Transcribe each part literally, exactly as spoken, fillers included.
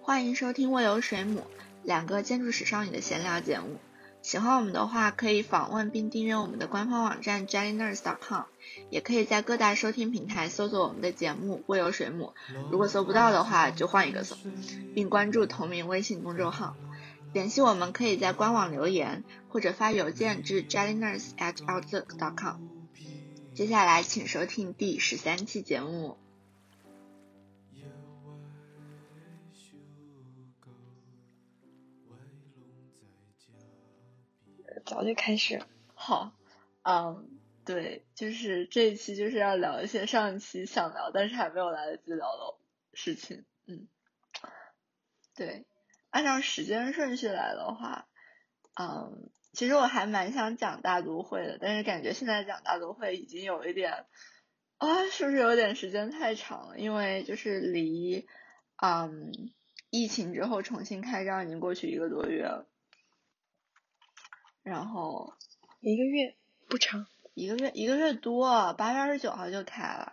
欢迎收听卧游水母，两个建筑史少女的闲聊节目。喜欢我们的话，可以访问并订阅我们的官方网站 jelly nurse dot com， 也可以在各大收听平台搜索我们的节目卧游水母，如果搜不到的话就换一个搜，并关注同名微信公众号。联系我们可以在官网留言或者发邮件至 jelly nurse at outlook dot com。 接下来请收听第十三期节目。 早就开始。 好，嗯，对，就是这一期就是要聊一些上一期想聊但是还没有来得及聊的事情。嗯，对，按照时间顺序来的话，嗯，其实我还蛮想讲大都会的，但是感觉现在讲大都会已经有一点啊，是不是有点时间太长了？因为就是离嗯疫情之后重新开张已经过去一个多月了，然后一个月不长， 一个月一个月多，八月二十九号就开了。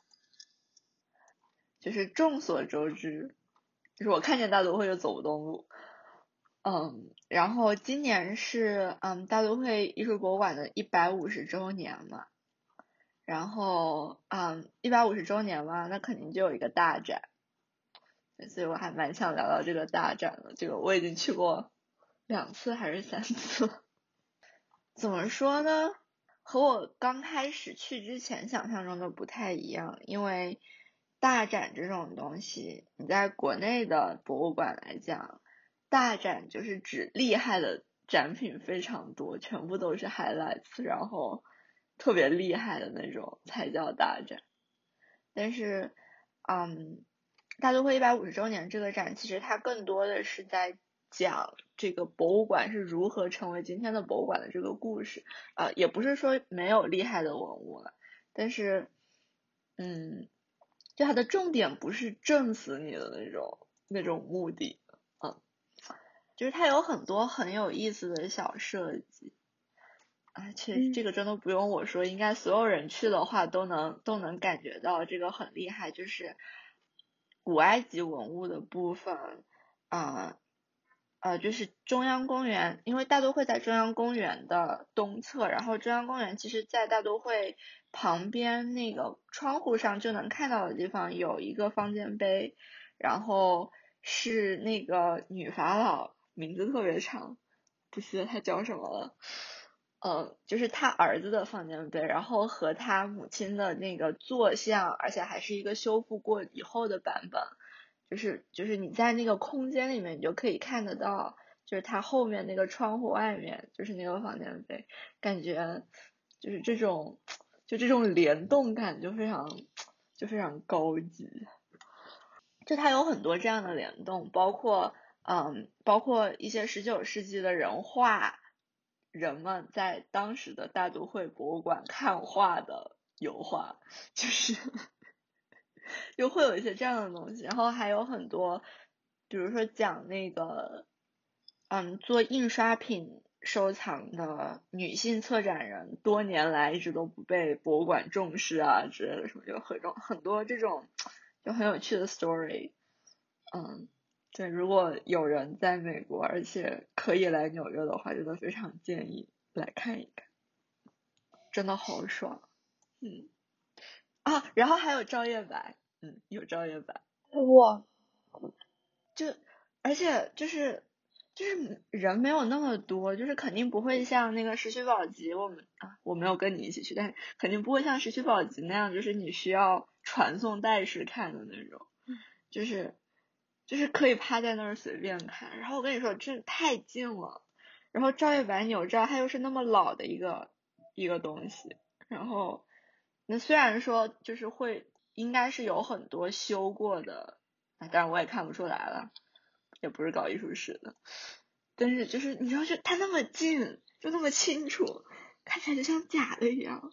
就是众所周知，就是我看见大都会就走不动路。嗯，然后今年是嗯大都会艺术博物馆的一百五十周年嘛，然后嗯一百五十周年嘛，那肯定就有一个大展，所以我还蛮想聊聊这个大展的。这个我已经去过两次还是三次。怎么说呢？和我刚开始去之前想象中的不太一样，因为大展这种东西，你在国内的博物馆来讲，大展就是指厉害的展品非常多，全部都是 highlights， 然后特别厉害的那种才叫大展。但是，嗯，大都会一百五十周年这个展，其实它更多的是在讲这个博物馆是如何成为今天的博物馆的这个故事。呃，也不是说没有厉害的文物了，但是，嗯，就它的重点不是震死你的那种那种目的，嗯，就是它有很多很有意思的小设计。而且这个真的不用我说，应该所有人去的话都能都能感觉到这个很厉害。就是古埃及文物的部分，啊、呃，呃，就是中央公园，因为大都会在中央公园的东侧，然后中央公园其实在大都会旁边那个窗户上就能看到的地方有一个方尖碑，然后是那个女法老，名字特别长，不记得她叫什么了。嗯，就是他儿子的方尖碑，然后和他母亲的那个坐像，而且还是一个修复过以后的版本，就是就是你在那个空间里面，你就可以看得到，就是他后面那个窗户外面就是那个方尖碑，感觉就是这种就这种联动感就非常就非常高级，就它有很多这样的联动，包括嗯包括一些十九世纪的人画。人们在当时的大都会博物馆看画的油画，就是又会有一些这样的东西，然后还有很多，比如说讲那个，嗯，做印刷品收藏的女性策展人，多年来一直都不被博物馆重视啊之类的什么，就很多很多这种就很有趣的 story， 嗯。对，如果有人在美国，而且可以来纽约的话，真的非常建议来看一看，真的好爽。嗯，啊，然后还有照夜白，嗯，有照夜白。 哇， 就而且就是就是人没有那么多，就是肯定不会像那个石渠宝笈，我们啊我没有跟你一起去，但是肯定不会像石渠宝笈那样，就是你需要传送带式看的那种，就是。就是可以趴在那儿随便看，然后我跟你说，真的太近了。然后照夜白纽照它又是那么老的一个一个东西，然后那虽然说就是会应该是有很多修过的，当然我也看不出来了，也不是搞艺术史的，但是就是你知道，就它那么近，就那么清楚，看起来就像假的一样。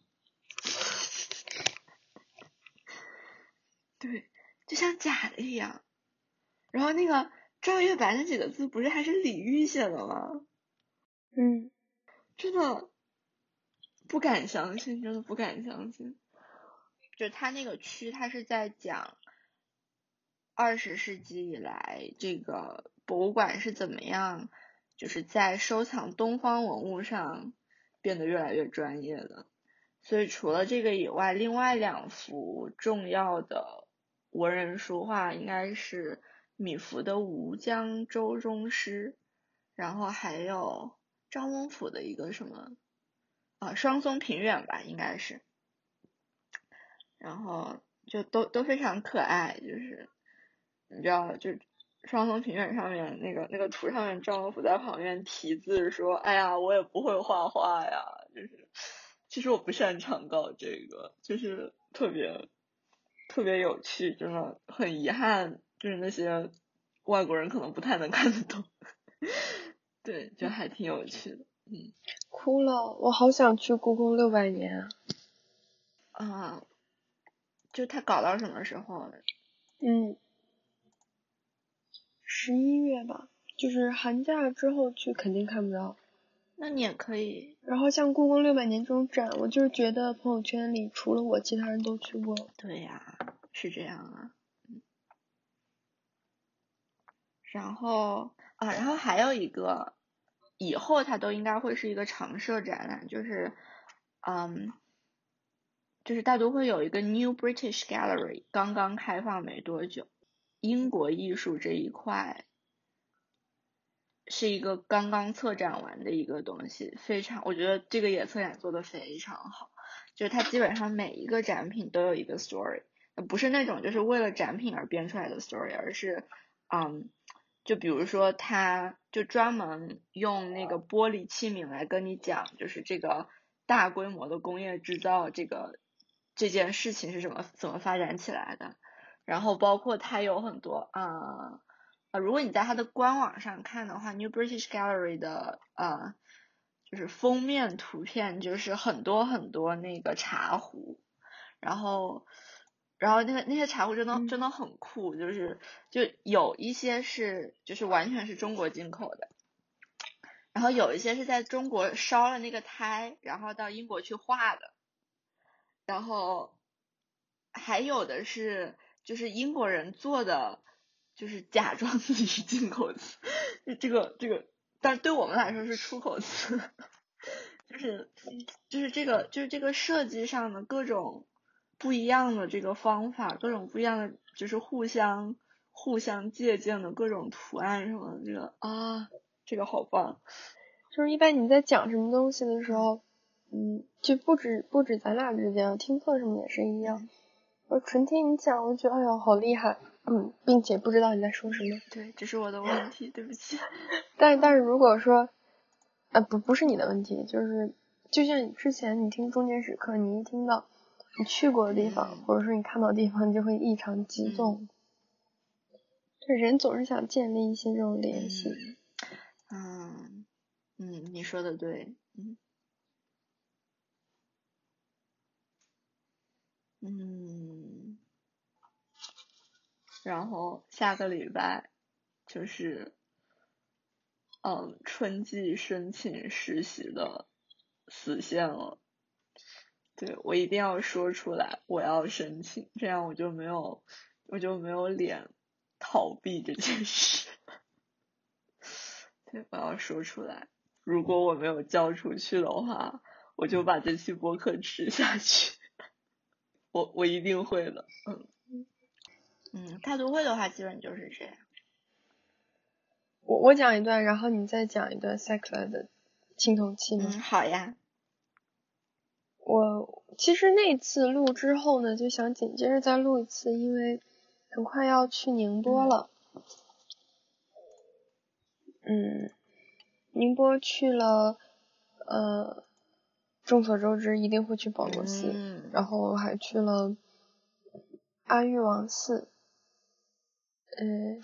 对，就像假的一样。然后那个照月白那几个字不是还是李煜写的吗？ 嗯， 真的不敢相信，真的不敢相信。就他那个区，他是在讲， 二十世纪以来，这个博物馆是怎么样，就是在收藏东方文物上变得越来越专业的。所以除了这个以外，另外两幅重要的文人书画应该是米芾的《吴江舟中诗》，然后还有张孟甫的一个什么啊，双松平远吧，应该是。然后就都都非常可爱，就是你知道，就双松平远上面那个那个图上面，张孟甫在旁边题字说：“哎呀，我也不会画画呀，就是其实我不擅长搞这个，就是特别特别有趣，真的很遗憾，就是那些外国人可能不太能看得懂，对，就还挺有趣的，嗯。 哭了，我好想去故宫六百年啊。啊，就他搞到什么时候呢？ 嗯，十一月吧，就是寒假之后去肯定看不到。 那你也可以。 然后像故宫六百年这种展，我就是觉得朋友圈里除了我，其他人都去过。 对呀，是这样啊。嗯。然后啊，然后还有一个，以后它都应该会是一个常设展览，就是嗯，就是大都会有一个 New British Gallery 刚刚开放没多久，英国艺术这一块是一个刚刚策展完的一个东西，非常，我觉得这个也策展做得非常好，就是它基本上每一个展品都有一个 story，不是那种就是为了展品而编出来的 story，而是嗯，就比如说他就专门用那个玻璃器皿来跟你讲，就是这个大规模的工业制造这个这件事情是怎么怎么发展起来的，然后包括它有很多啊。呃呃，如果你在它的官网上看的话 ，New British Gallery 的呃，就是封面图片就是很多很多那个茶壶，然后，然后那个那些茶壶真的真的很酷，就是就有一些是就是完全是中国进口的，然后有一些是在中国烧了那个胎，然后到英国去画的，然后还有的是就是英国人做的。就是假装自己是进口词，这个这个，但对我们来说是出口词，就是就是这个就是这个设计上的各种不一样的这个方法，各种不一样的就是互相互相借鉴的各种图案什么的，这个啊，这个好棒。 就是一般你在讲什么东西的时候，嗯，就不止不止咱俩之间，听课什么也是一样。我纯听你讲，我觉得哎呦好厉害。嗯，并且不知道你在说什么。 对，这是我的问题，对不起。 但但是如果说，呃，不不是你的问题，就是就像你之前你听中间史课，你一听到你去过的地方， 嗯、 或者说你看到的地方，你就会异常激动。这、嗯、人总是想建立一些这种联系。 嗯嗯，你说的对。嗯嗯。然后下个礼拜就是嗯春季申请实习的死线了，对，我一定要说出来，我要申请，这样我就没有我就没有脸逃避这件事。对，我要说出来，如果我没有交出去的话，我就把这期播客吃下去。我我一定会的。嗯嗯，大都会的话基本就是这样。 我我讲一段，然后你再讲一段 Sackler 的青铜器吗？ 嗯，好呀。 我其实那次录之后呢，就想紧接着再录一次，因为很快要去宁波了。嗯，嗯宁波去了，呃，众所周知一定会去保罗寺， 嗯、 然后还去了阿育王寺，呃，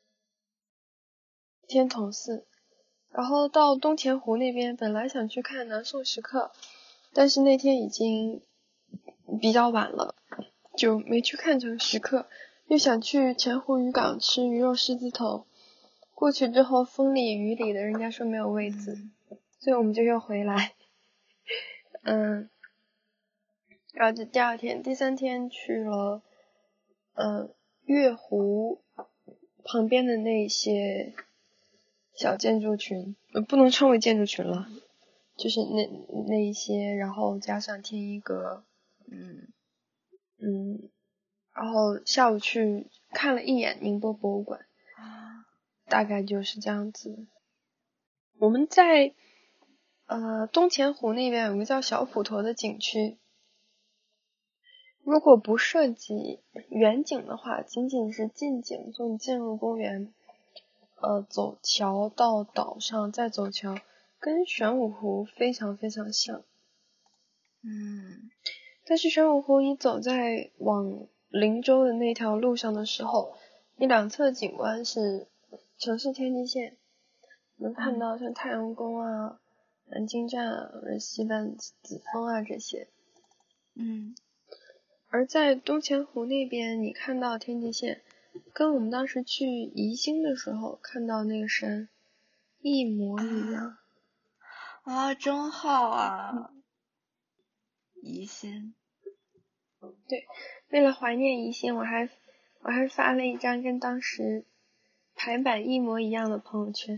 天童寺，然后到东钱湖那边，本来想去看南宋石刻，但是那天已经比较晚了，就没去看成石刻，又想去钱湖渔港吃鱼肉狮子头，过去之后风里雨里的，人家说没有位子， 嗯、 所以我们就又回来。嗯，然后就第二天、第三天去了，嗯， 月湖旁边的那些小建筑群，呃，不能称为建筑群了，就是那那一些，然后加上天一阁， 嗯嗯，然后下午去看了一眼宁波博物馆，大概就是这样子。我们在呃东钱湖那边有个叫小普陀的景区，如果不涉及远景的话，仅仅是近景，就你进入公园，呃，走桥到岛上再走桥，跟玄武湖非常非常像。 嗯， 但是玄武湖你走在往林州的那条路上的时候，你两侧景观是城市天际线，能看到像太阳宫啊、南京站啊、西半子峰啊这些。 嗯， 而在东钱湖那边，你看到天际线，跟我们当时去宜兴的时候看到那个山一模一样。 啊，真好啊！宜兴。 对，为了怀念宜兴，我还我还发了一张跟当时排版一模一样的朋友圈。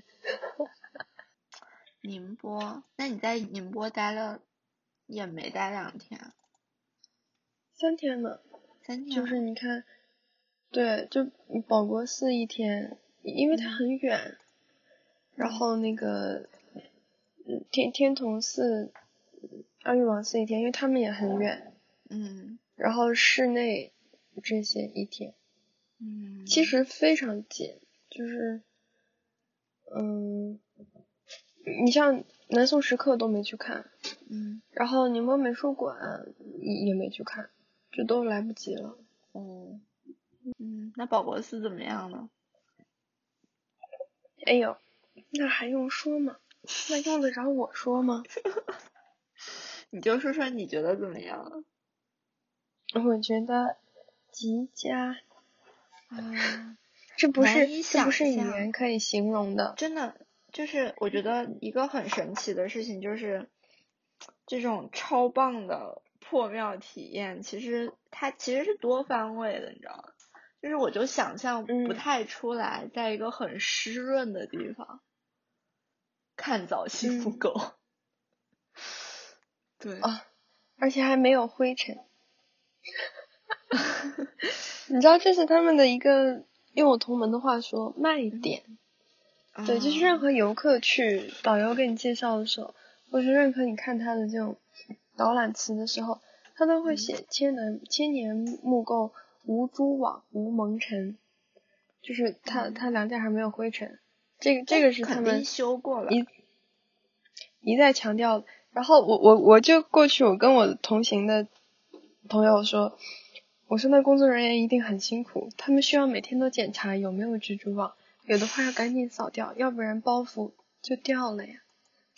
宁波，那你在宁波待了也没待两天， 三天呢， 三天就是你看，对，就保国寺一天，因为它很远，嗯、然后那个嗯天天童寺、阿育王寺一天，因为他们也很远， 嗯， 然后室内这些一天， 嗯， 其实非常紧，就是嗯。你像南宋时刻都没去看， 嗯， 然后宁波美术馆也没去看，这都来不及了。 哦，嗯，那保国寺怎么样呢？ 哎呦，那还用说吗？那用得着我说吗？ 你就说说你觉得怎么样？ 我觉得极佳啊， 这不是难以这不是语想象， 言可以形容的。 真的，就是我觉得一个很神奇的事情就是，这种超棒的破庙体验，其实它其实是多方位的，你知道吗？就是我就想象不太出来，在一个很湿润的地方、嗯、看早幸福狗。嗯、对啊，而且还没有灰尘。你知道这是他们的一个，用我同门的话说卖点。嗯、对，就是任何游客去导游给你介绍的时候，或是任何你看他的这种导览词的时候，他都会写千年千年木构无蛛网无蒙尘，就是他他梁架还没有灰尘，这个这个是他们修过了一一再强调的。然后我我我就过去，我跟我同行的朋友说，我说那工作人员一定很辛苦，他们需要每天都检查有没有蜘蛛网，有的话要赶紧扫掉，要不然包袱就掉了呀。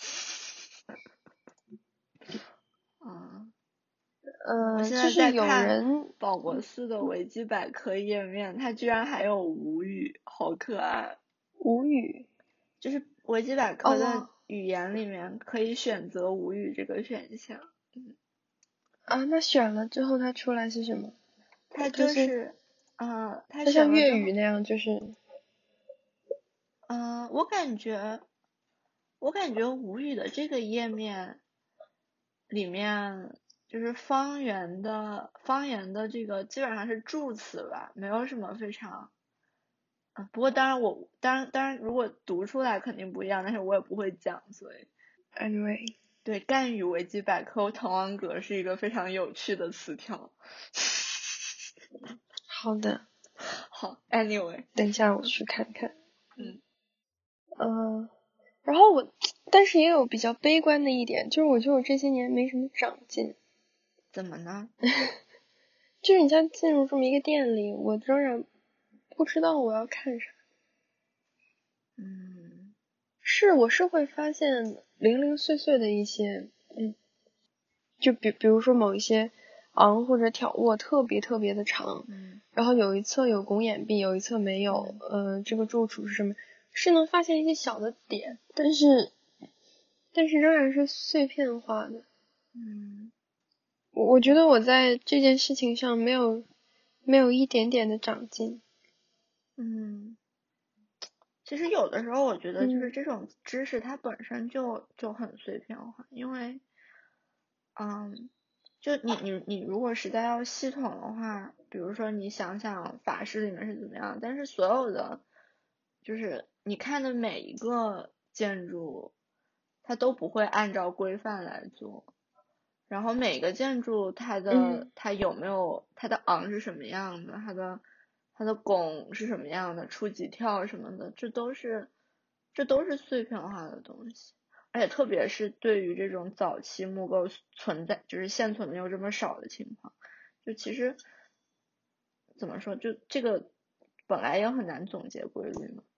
嗯， 呃， 我现在在看人保国寺的维基百科页面，它居然还有吴语，好可爱。 吴语就是维基百科的语言里面可以选择吴语这个选项。嗯啊，那选了之后它出来是什么？ 它就是嗯、呃，它像粤语那样就是嗯、呃，我感觉我感觉吴语的这个页面里面就是方言的方言的这个基本上是助词吧，没有什么非常啊，不过当然我当然当然如果读出来肯定不一样，但是我也不会讲，所以 anyway 对赣语维基百科滕王阁是一个非常有趣的词条。 好的， 好 anyway 等一下我去看看。 嗯呃，然后我但是也有比较悲观的一点，就是我觉得我这些年没什么长进。 怎么呢？ 就是你像进入这么一个店里，我仍然不知道我要看啥。 嗯， 是我是会发现零零碎碎的一些，嗯，就比比如说某一些昂或者挑卧特别特别的长， 嗯， 然后有一侧有拱眼壁，有一侧没有，嗯、呃，这个住处是什么？是能发现一些小的点，但是但是仍然是碎片化的。 嗯， 我我觉得我在这件事情上没有没有一点点的长进。 嗯，其实有的时候我觉得就是嗯这种知识它本身就就很碎片化，因为，嗯，就你你你如果实在要系统的话，比如说你想想法师里面是怎么样，但是所有的就是你看的每一个建筑，它都不会按照规范来做。然后每个建筑它的、 嗯它有没有它的昂是什么样的，它的它的拱是什么样的，出几跳什么的，这都是这都是碎片化的东西。而且特别是对于这种早期木构存在就是现存的又这么少的情况，就其实怎么说，就这个本来也很难总结规律嘛。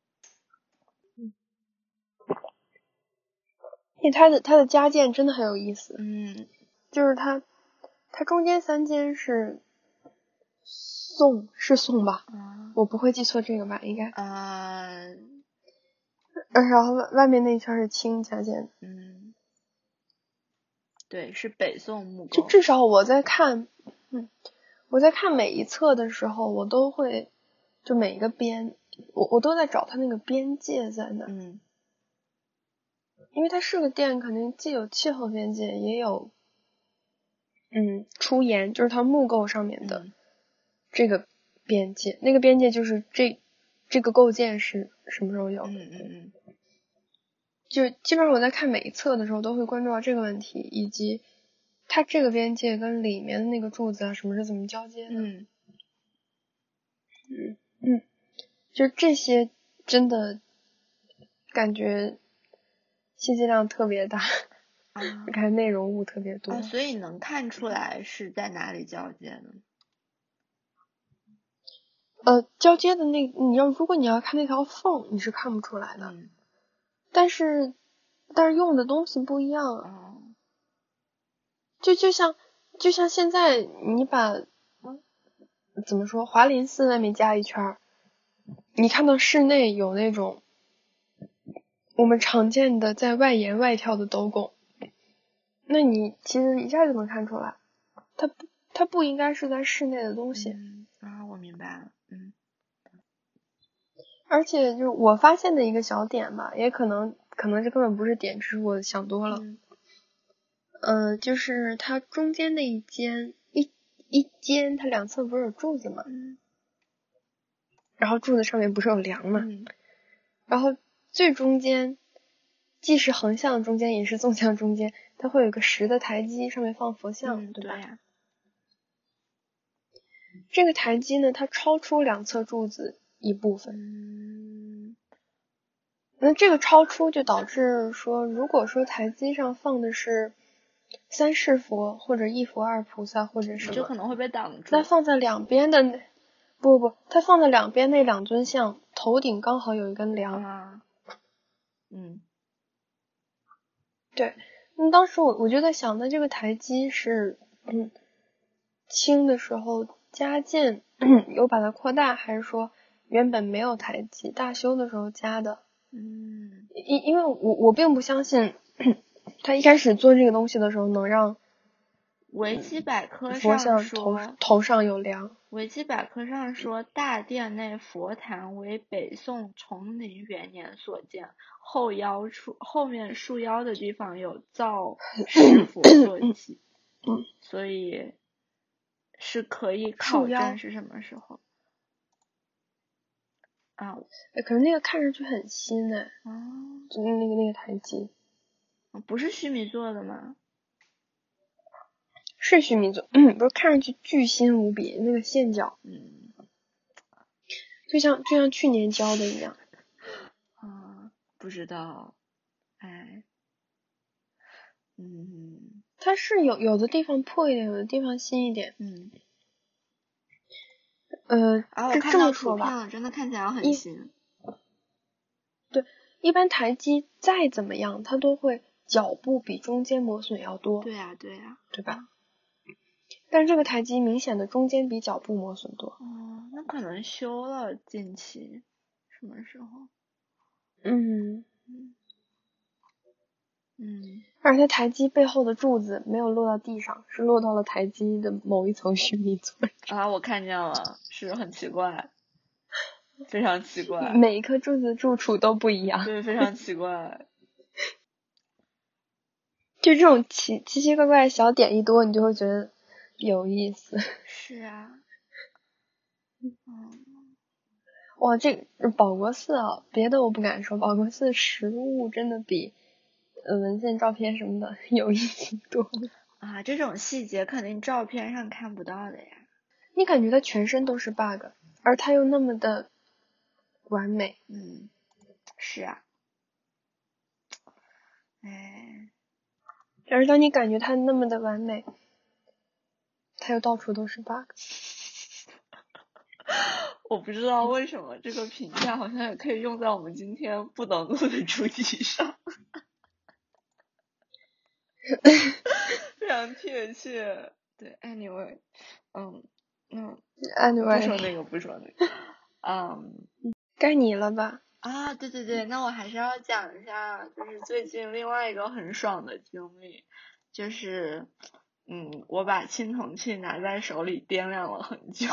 因为它的它的加建真的很有意思。 嗯， 就是它它中间三间是宋是宋吧、 啊、 我不会记错这个吧应该。 啊、 然后外外面那一圈是清加建的。 嗯，对，是北宋木构。 就至少我在看嗯我在看每一册的时候，我都会就每一个边我我都在找它那个边界在哪。 嗯， 因为它是个殿，肯定既有气候边界，也有嗯出檐，就是它木构上面的嗯这个边界。那个边界就是这这个构件是什么时候有的。 嗯嗯嗯， 就基本上我在看每一册的时候，都会关注到这个问题，以及它这个边界跟里面的那个柱子啊什么是怎么交接的。 嗯嗯嗯，就这些真的感觉信息量特别大， 啊感觉内容物特别多。 啊，所以能看出来是在哪里交接的。 呃，交接的那你要如果你要看那条缝，你是看不出来的。 嗯， 但是但是用的东西不一样。 哦， 就就像就像现在你把怎么说华林寺外面加一圈，你看到室内有那种我们常见的在外檐外跳的斗拱，那你其实一下就能看出来，它不它不应该是在室内的东西。 嗯啊，我明白了。嗯， 而且就是我发现的一个小点吧，也可能可能这根本不是点，只是我想多了。 嗯呃，就是它中间那一间一一间，它两侧不是有柱子吗？ 嗯然后柱子上面不是有梁吗？ 嗯然后最中间既是横向中间也是纵向中间，它会有一个石的台基，上面放佛像， 嗯， 对吧？ 对呀、 这个台基呢，它超出两侧柱子一部分。 嗯那这个超出就导致说，如果说台基上放的是三世佛或者一佛二菩萨或者什么， 你就可能会被挡住。 那放在两边的那不不，它放在两边那两尊像头顶刚好有一根梁。 啊，嗯对，那当时我我就在想，那这个台基是嗯清的时候加建有把它扩大，还是说原本没有台基大修的时候加的？ 嗯因因为我我并不相信他一开始做这个东西的时候能让维基百科佛上像头说， 头上有梁。 维基百科上说，大殿内佛坛为北宋崇宁元年所建，后腰处后面束腰的地方有造石佛坐骑， 嗯， 所以是可以考束腰证是什么时候啊？ 哎，可是那个看上去很新哎， 哦， 就那个那个台基不是须弥做的吗？ 是须弥做，嗯，不是看上去巨新无比，那个线脚， 嗯， 就像就像去年教的一样。 啊，不知道，哎，嗯它是有有的地方破一点，有的地方新一点。 嗯， 呃， 啊，我这这看到么说吧， 图片了，真的看起来很一新。 对，一般台基再怎么样，它都会脚部比中间磨损要多， 对呀、对呀、 对吧？但是这个台基明显的中间比脚部磨损多。 哦，那可能修了，近期什么时候？ 嗯， 嗯嗯， 而且台基背后的柱子没有落到地上，是落到了台基的某一层须弥座啊，我看见了，是很奇怪，非常奇怪， 每一颗柱子的住处都不一样。 对，非常奇怪。 就这种奇奇奇怪怪的小点一多，你就会觉得有意思。 是啊，嗯。 哇，这保国寺啊，别的我不敢说，保国寺实物真的比呃文献、照片什么的有意思多了啊，这种细节肯定照片上看不到的呀。 你感觉他全身都是 bug， 而他又那么的完美。 嗯，是啊。哎， 而当你感觉他那么的完美，他又到处都是 bug。 我不知道为什么这个评价好像也可以用在我们今天不能录的主题上。非常贴切。对 ，anyway， 嗯嗯， anyway， 不说那个，不说那个。嗯， 该你了吧？ 啊，对对对，那我还是要讲一下，就是最近另外一个很爽的经历，就是嗯，我把青铜器拿在手里掂量了很久。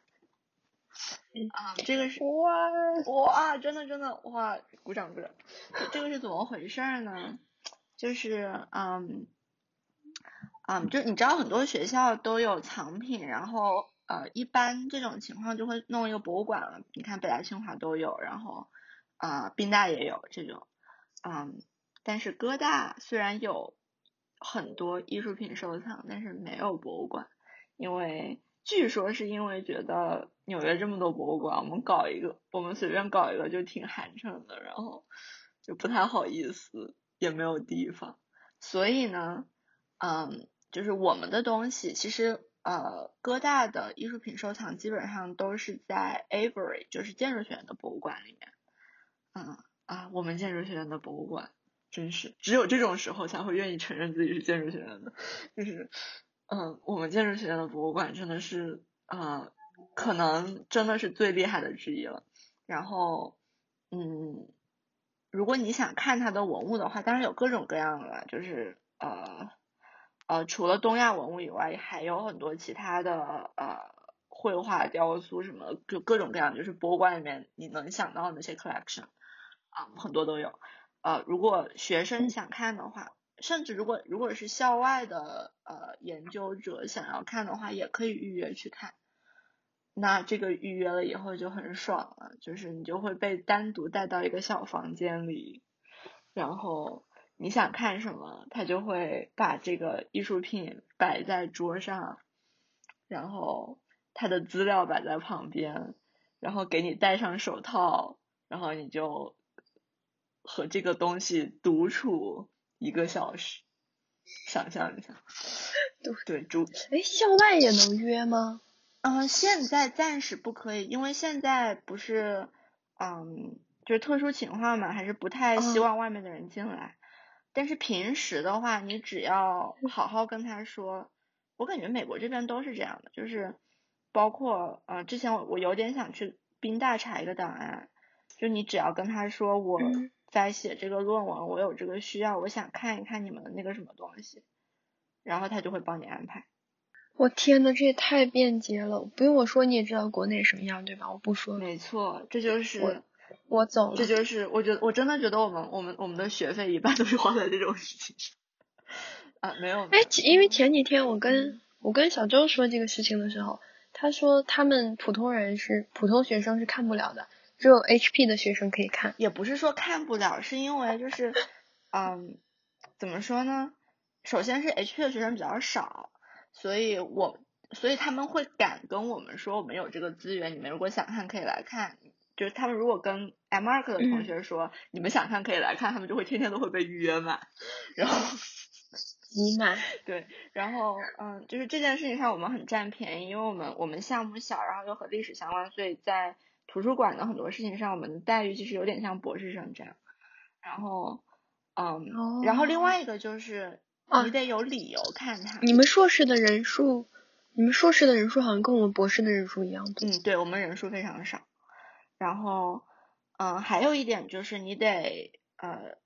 啊，这个是哇哇，真的真的哇，鼓掌鼓掌。这这个是怎么回事呢？就是嗯嗯，就你知道很多学校都有藏品，然后呃，一般这种情况就会弄一个博物馆了。你看北大清华都有，然后呃，宾大也有这种。嗯，但是哥大虽然有很多艺术品收藏，但是没有博物馆，因为据说是因为觉得纽约这么多博物馆，我们搞一个，我们随便搞一个就挺寒碜的，然后就不太好意思，也没有地方，所以呢，嗯，就是我们的东西，其实呃，哥大的艺术品收藏基本上都是在 Avery， 就是建筑学院的博物馆里面，嗯。啊，我们建筑学院的博物馆真是只有这种时候才会愿意承认自己是建筑学院的，就是嗯，我们建筑学院的博物馆真的是呃，可能真的是最厉害的之一了。然后嗯，如果你想看它的文物的话，当然有各种各样的，就是呃呃，除了东亚文物以外，还有很多其他的呃绘画、雕塑什么，就各种各样，就是博物馆里面你能想到的那些 collection。啊，很多都有。呃，如果学生想看的话，甚至如果如果是校外的呃研究者想要看的话，也可以预约去看。那这个预约了以后就很爽了，就是你就会被单独带到一个小房间里，然后你想看什么，他就会把这个艺术品摆在桌上，然后他的资料摆在旁边，然后给你戴上手套，然后你就和这个东西独处一个小时，想象一下。对，主哎，校外也能约吗？ 嗯，现在暂时不可以，因为现在不是嗯，就是特殊情况嘛，还是不太希望外面的人进来。但是平时的话，你只要好好跟他说，我感觉美国这边都是这样的，就是包括呃，之前我我有点想去宾大查一个档案，就你只要跟他说我在写这个论文，我有这个需要，我想看一看你们的那个什么东西，然后他就会帮你安排。 我天呐，这也太便捷了！不用我说你也知道国内什么样，对吧？我不说。 没错，这就是我我走了。 这就是我觉得我真的觉得我们我们我们的学费一半都是花在这种事情上。啊，没有。 哎，因为前几天我跟我跟小周说这个事情的时候，他说他们普通人是普通学生是看不了的，只有 H P 的学生可以看。 也不是说看不了，是因为就是嗯，怎么说呢？首先是 H P 的学生比较少，所以我所以他们会敢跟我们说我们有这个资源，你们如果想看可以来看。就是他们如果跟 M A R K 的同学说、嗯、你们想看可以来看，他们就会天天都会被预约满，然后挤满。 对，然后嗯，就是这件事情上我们很占便宜，因为我们我们项目小，然后又和历史相关，所以在图书馆的很多事情上，我们的待遇其实有点像博士生这样。然后嗯、哦，然后另外一个就是你得有理由看它。 啊、你们硕士的人数，你们硕士的人数好像跟我们博士的人数一样多。 嗯，对，我们人数非常少。然后嗯，还有一点就是你得呃，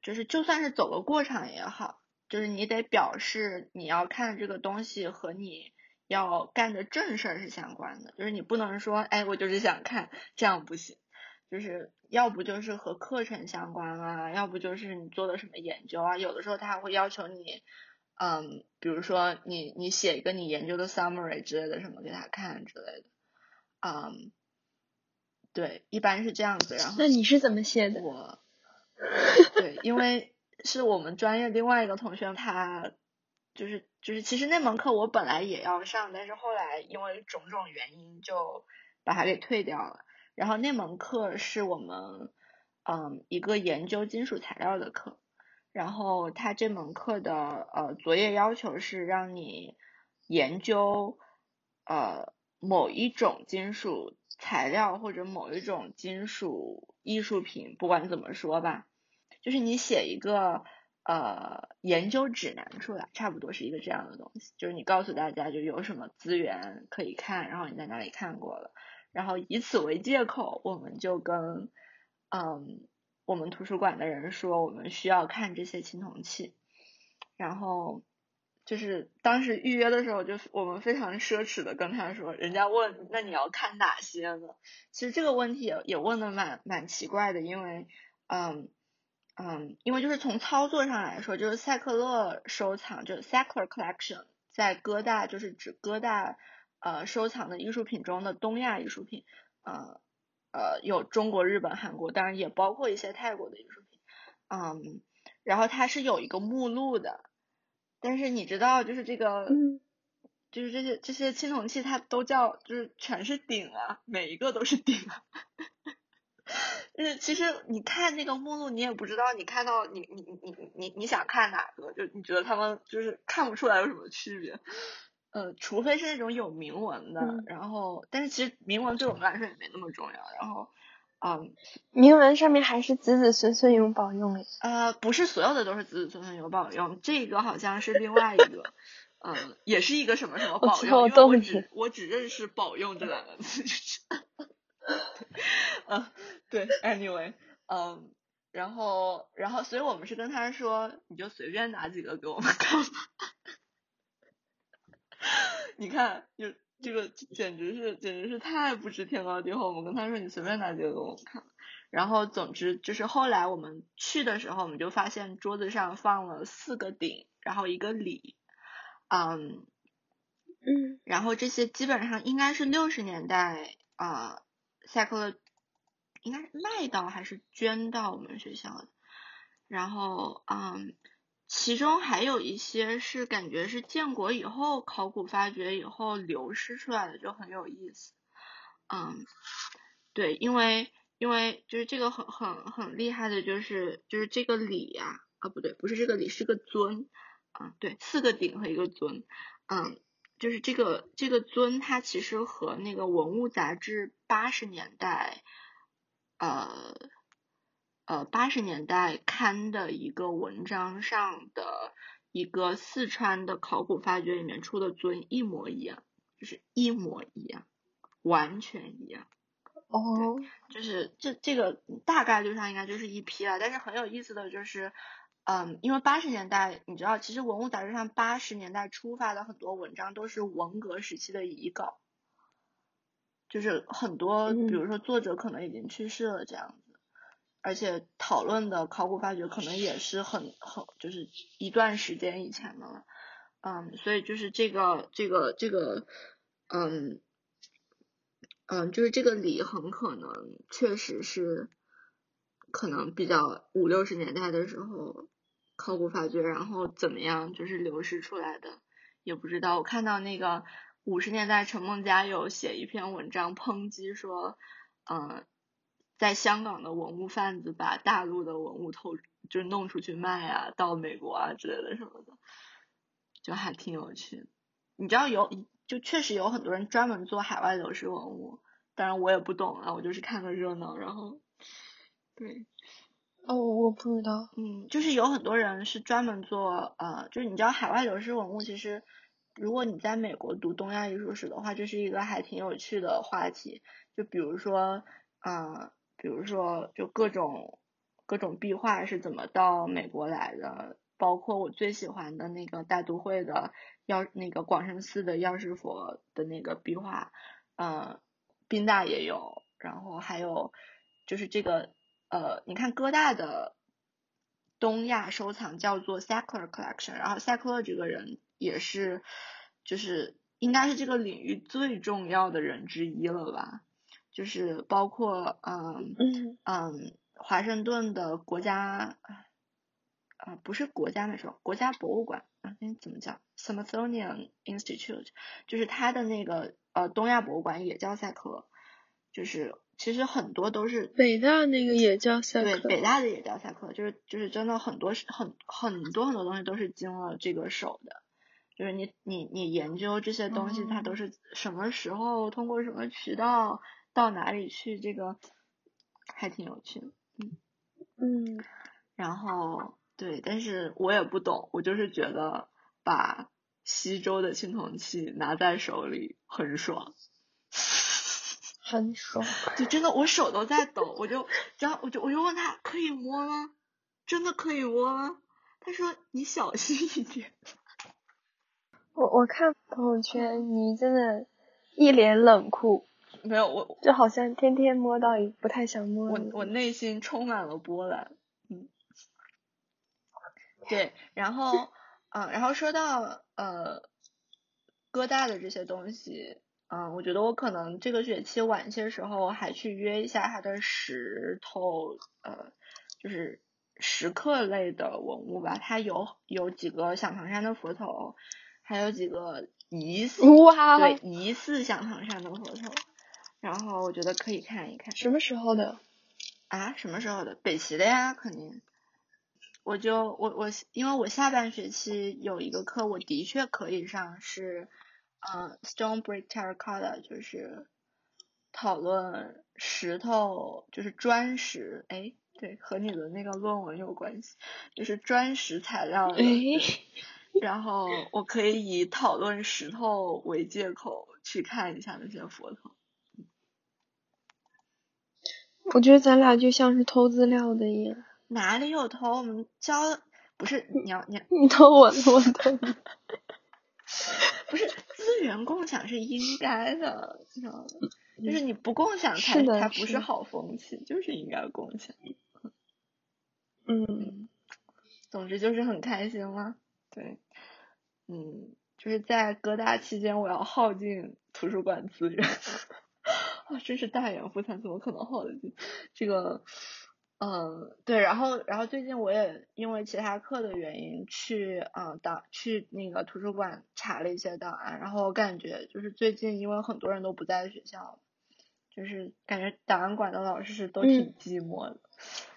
就是就算是走个过场也好，就是你得表示你要看这个东西和你要干的正事儿是相关的，就是你不能说哎我就是想看，这样不行，就是要不就是和课程相关啊，要不就是你做的什么研究啊，有的时候他还会要求你嗯，比如说你你写一个你研究的 summary 之类的什么给他看之类的，嗯，对，一般是这样子。然后那你是怎么写的？ 我对，因为是我们专业另外一个同学，他就是就是其实那门课我本来也要上，但是后来因为种种原因就把它给退掉了。然后那门课是我们嗯一个研究金属材料的课，然后他这门课的呃作业要求是让你研究呃某一种金属材料或者某一种金属艺术品，不管怎么说吧，就是你写一个呃研究指南出来，差不多是一个这样的东西，就是你告诉大家就有什么资源可以看，然后你在哪里看过了，然后以此为借口，我们就跟嗯我们图书馆的人说我们需要看这些青铜器，然后就是当时预约的时候，就是我们非常奢侈的跟他说，人家问那你要看哪些呢？其实这个问题也也问的蛮蛮奇怪的，因为嗯嗯，因为就是从操作上来说，就是塞克勒收藏，就是 Sackler Collection 在哥大就是指哥大呃收藏的艺术品中的东亚艺术品，呃呃有中国、日本、韩国，当然也包括一些泰国的艺术品，嗯，然后它是有一个目录的。但是你知道，就是这个， 嗯， 就是这些这些青铜器，它都叫就是全是鼎啊，每一个都是鼎啊。就是其实你看那个目录，你也不知道，你看到你你你你你你想看哪个，就你觉得他们就是看不出来有什么区别。呃，除非是那种有铭文的， 嗯然后但是其实铭文对我们来说也没那么重要。然后，嗯， 铭文上面还是子子孙孙有保佑嘞。 呃，不是所有的都是子子孙孙有保佑，这个好像是另外一个，嗯，也是一个什么什么保佑， 我错因为我动只我只认识保佑这两个字，就是嗯，对，anyway，嗯，然后然后所以我们是跟他说，你就随便拿几个给我们看吧，你看，就这个简直是简直是太不知天高地厚，我们跟他说你随便拿几个给我们看。然后总之就是后来我们去的时候，我们就发现桌子上放了四个鼎，然后一个礼，嗯嗯然后这些基本上应该是六十年代啊，塞克勒应该是卖到还是捐到我们学校的，然后嗯，其中还有一些是感觉是建国以后考古发掘以后流失出来的，就很有意思。嗯，对，因为因为就是这个很很很厉害的，就是就是这个礼呀、啊，啊不对，不是这个礼，是个尊，嗯，对，四个鼎和一个尊，嗯，就是这个这个尊，它其实和那个文物杂志八十年代，呃呃八十年代刊的一个文章上的一个四川的考古发掘里面出的尊一模一样，就是一模一样，完全一样。 哦， 就是这这个大概率上应该就是一批了，但是很有意思的就是，嗯，因为八十年代你知道，其实文物杂志上八十年代出发的很多文章都是文革时期的遗稿，就是很多比嗯如说作者可能已经去世了这样子，而且讨论的考古发掘可能也是很很就是一段时间以前的了，嗯，所以就是这个这个这个，嗯。嗯，就是这个礼很可能确实是可能比较五六十年代的时候考古发掘，然后怎么样就是流失出来的，也不知道。我看到那个五十年代陈梦家有写一篇文章抨击说，嗯，在香港的文物贩子把大陆的文物偷就是弄出去卖啊，到美国啊之类的什么的，就还挺有趣的。你知道有就确实有很多人专门做海外流失文物，当然我也不懂啊，我就是看个热闹，然后对， 哦，我不知道。 嗯，就是有很多人是专门做呃，就是你知道海外流失文物，其实如果你在美国读东亚艺术史的话，这是一个还挺有趣的话题。就比如说，呃，比如说就各种各种壁画是怎么到美国来的，包括我最喜欢的那个大都会的药那个广胜寺的药师佛的那个壁画，呃，宾大也有，然后还有就是这个呃，你看哥大的东亚收藏叫做 Sackler Collection， 然后 Sackler 这个人也是就是应该是这个领域最重要的人之一了吧，就是包括嗯嗯嗯华盛顿的国家呃不是国家美术国家博物馆啊，那怎么讲 Smithsonian Institute， 就是他的那个呃东亚博物馆也叫赛克，就是其实很多都是北大那个也叫赛对， 克， 北大的也叫赛克，就是就是真的很多是很很多很多东西都是经了这个手的，就是你你你研究这些东西，它都是什么时候通过什么渠道到哪里去，这个还挺有趣的，嗯嗯， 然后对，但是我也不懂，我就是觉得把西周的青铜器拿在手里很爽。 很爽。 就真的我手都在抖，我就然后我就我就问他可以摸吗？真的可以摸吗？他说你小心一点。 我我看朋友圈，你真的一脸冷酷， 没有我就好像天天摸到一不太想摸的。 我我内心充满了波澜，嗯，对，然后嗯，然后说到呃哥大的这些东西，嗯，我觉得我可能这个学期晚些时候还去约一下他的石头，呃，就是石刻类的文物吧。它有有几个响堂山的佛头，还有几个疑似哇， 对疑似响堂山的佛头，然后我觉得可以看一看。 什么时候的？ 啊，什么时候的？北齐的呀，肯定。我就我我因为我下半学期有一个课，我的确可以上是，嗯 Stone Brick Terracotta，就是讨论石头，就是砖石，哎，对，和你的那个论文有关系，就是砖石材料的，对。然后我可以以讨论石头为借口去看一下那些佛头。 我觉得咱俩就像是偷资料的一样。 哪里有偷？我们交不是你要你你偷我的，我偷你。 不是资源共享是应该的，你知道吗？就是你不共享才是的才不是的好风气，就是应该共享。 嗯嗯，总之就是很开心了，对，嗯，就是在哥大期间，我要耗尽图书馆资源，啊，真是大言不惭，怎么可能耗得尽？这个，嗯，对，然后，然后最近我也因为其他课的原因去，嗯，档去那个图书馆查了一些档案，然后我感觉就是最近因为很多人都不在学校，就是感觉档案馆的老师都挺寂寞的。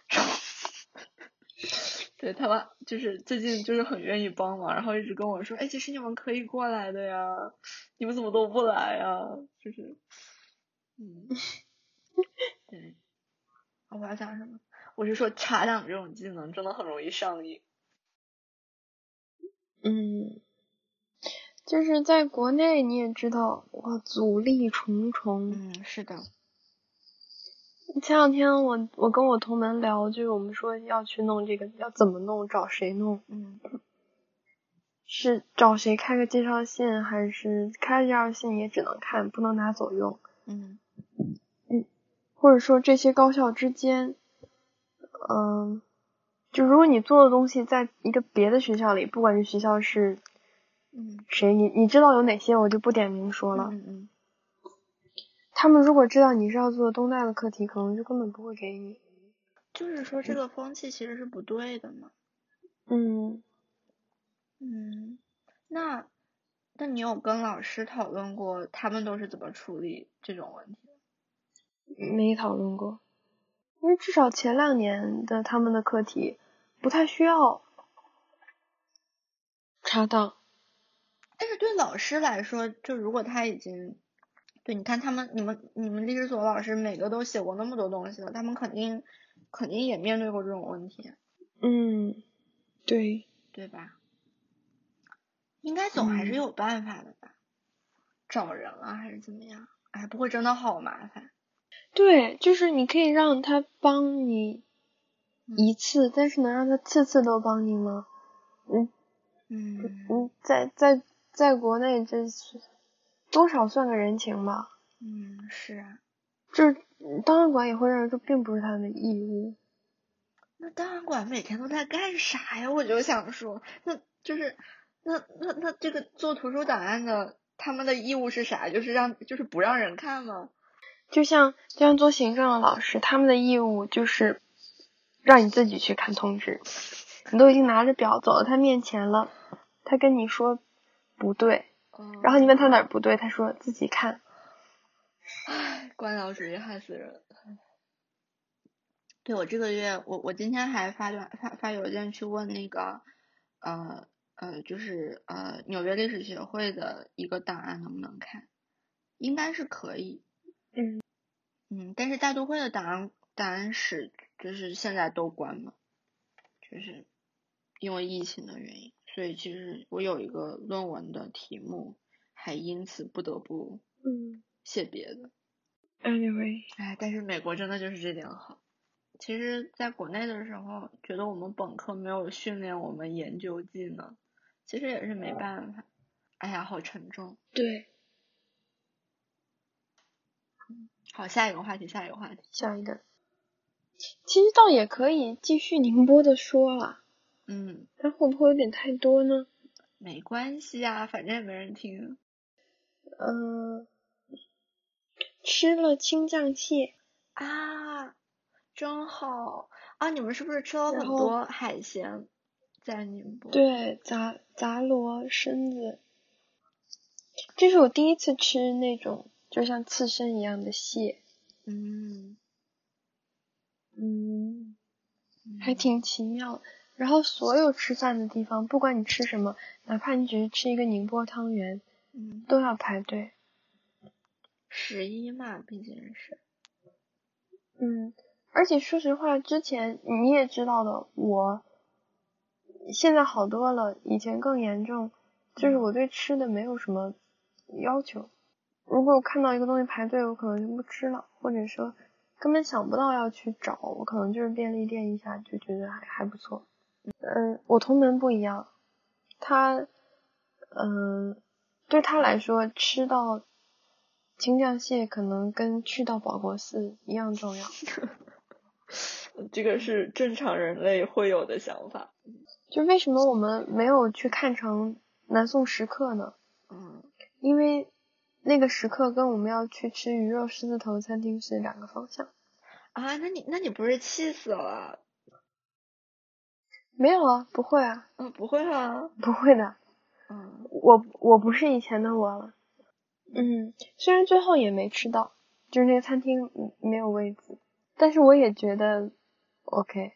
对他们就是最近就是很愿意帮忙，然后一直跟我说，哎，其实你们可以过来的呀，你们怎么都不来呀？就是，嗯，对，我要讲什么？我是说查档这种技能真的很容易上瘾。 嗯，就是在国内你也知道，哇，阻力重重。 嗯，是的。 前两天我我跟我同门聊，就是我们说要去弄这个，要怎么弄，找谁弄？ 嗯， 是找谁开个介绍信，还是开介绍信也只能看，不能拿走用？ 嗯嗯，或者说这些高校之间，嗯，就如果你做的东西在一个别的学校里，不管这学校是嗯谁，你你知道有哪些，我就不点名说了。 嗯嗯， 他们如果知道你是要做东大的课题，可能就根本不会给你。 就是说这个风气其实是不对的嘛。 嗯嗯，那那你有跟老师讨论过他们都是怎么处理这种问题？ 没讨论过，因为至少前两年的他们的课题不太需要插档。 但是对老师来说，就如果他已经，对，你看他们，你们你们历史所老师每个都写过那么多东西了，他们肯定肯定也面对过这种问题， 嗯，对， 对吧？应该总还是嗯， 有办法的吧？找人啊，还是怎么样？哎，不过真的好麻烦。 对，就是你可以让他帮你一次，但是能让他次次都帮你吗？嗯嗯嗯，在在在国内这是多少算个人情吧？ 嗯，是啊。 这档案馆也会认为这并不是他的义务。 那档案馆每天都在干啥呀？我就想说，那就是那那那这个做图书档案的他们的义务是啥？就是让就是不让人看吗？ 就像就像做行政的老师，他们的义务就是让你自己去看通知。你都已经拿着表走到他面前了，他跟你说不对， 嗯、 然后你问他哪儿不对，他说自己看。 唉，官僚主义害死人。对，我这个月，我我今天还发短发发邮件去问那个，呃呃，就是呃纽约历史学会的一个档案能不能看，应该是可以。 嗯嗯，但是大都会的档案档案室就是现在都关了，就是因为疫情的原因，所以其实我有一个论文的题目，还因此不得不嗯写别的。 ，anyway， 哎，但是美国真的就是这点好。其实在国内的时候，觉得我们本科没有训练我们研究技能，其实也是没办法。哎呀，好沉重。 对， 好，下一个话题，下一个话题。 下一个，其实倒也可以继续宁波的说了， 嗯， 但会不会有点太多呢？ 没关系啊，反正也没人听。 嗯、呃，吃了青酱蟹啊，真好啊！你们是不是吃了然后很多海鲜在宁波？ 对，杂杂螺、参子，这是我第一次吃那种就像刺身一样的蟹， 嗯嗯， 嗯还挺奇妙。然后所有吃饭的地方，不管你吃什么，哪怕你只是吃一个宁波汤圆， 嗯， 都要排队。 十一嘛，毕竟是。 嗯，而且说实话，之前你也知道的，我现在好多了，以前更严重，就是我对吃的没有什么要求。如果我看到一个东西排队，我可能就不吃了，或者说根本想不到要去找，我可能就是便利店一下就觉得还还不错。嗯，我同门不一样，他嗯，对他来说吃到青酱蟹可能跟去到保国寺一样重要。 这个是正常人类会有的想法。 就为什么我们没有去看成南宋时刻呢？ 嗯， 因为那个时刻跟我们要去吃鱼肉狮子头餐厅是两个方向。 啊，那你那你不是气死了？ 没有啊，不会啊， 嗯，不会啊。 不会的。 嗯， 我我不是以前的我了。嗯，虽然最后也没吃到，就是那个餐厅没有位子，但是我也觉得 OK。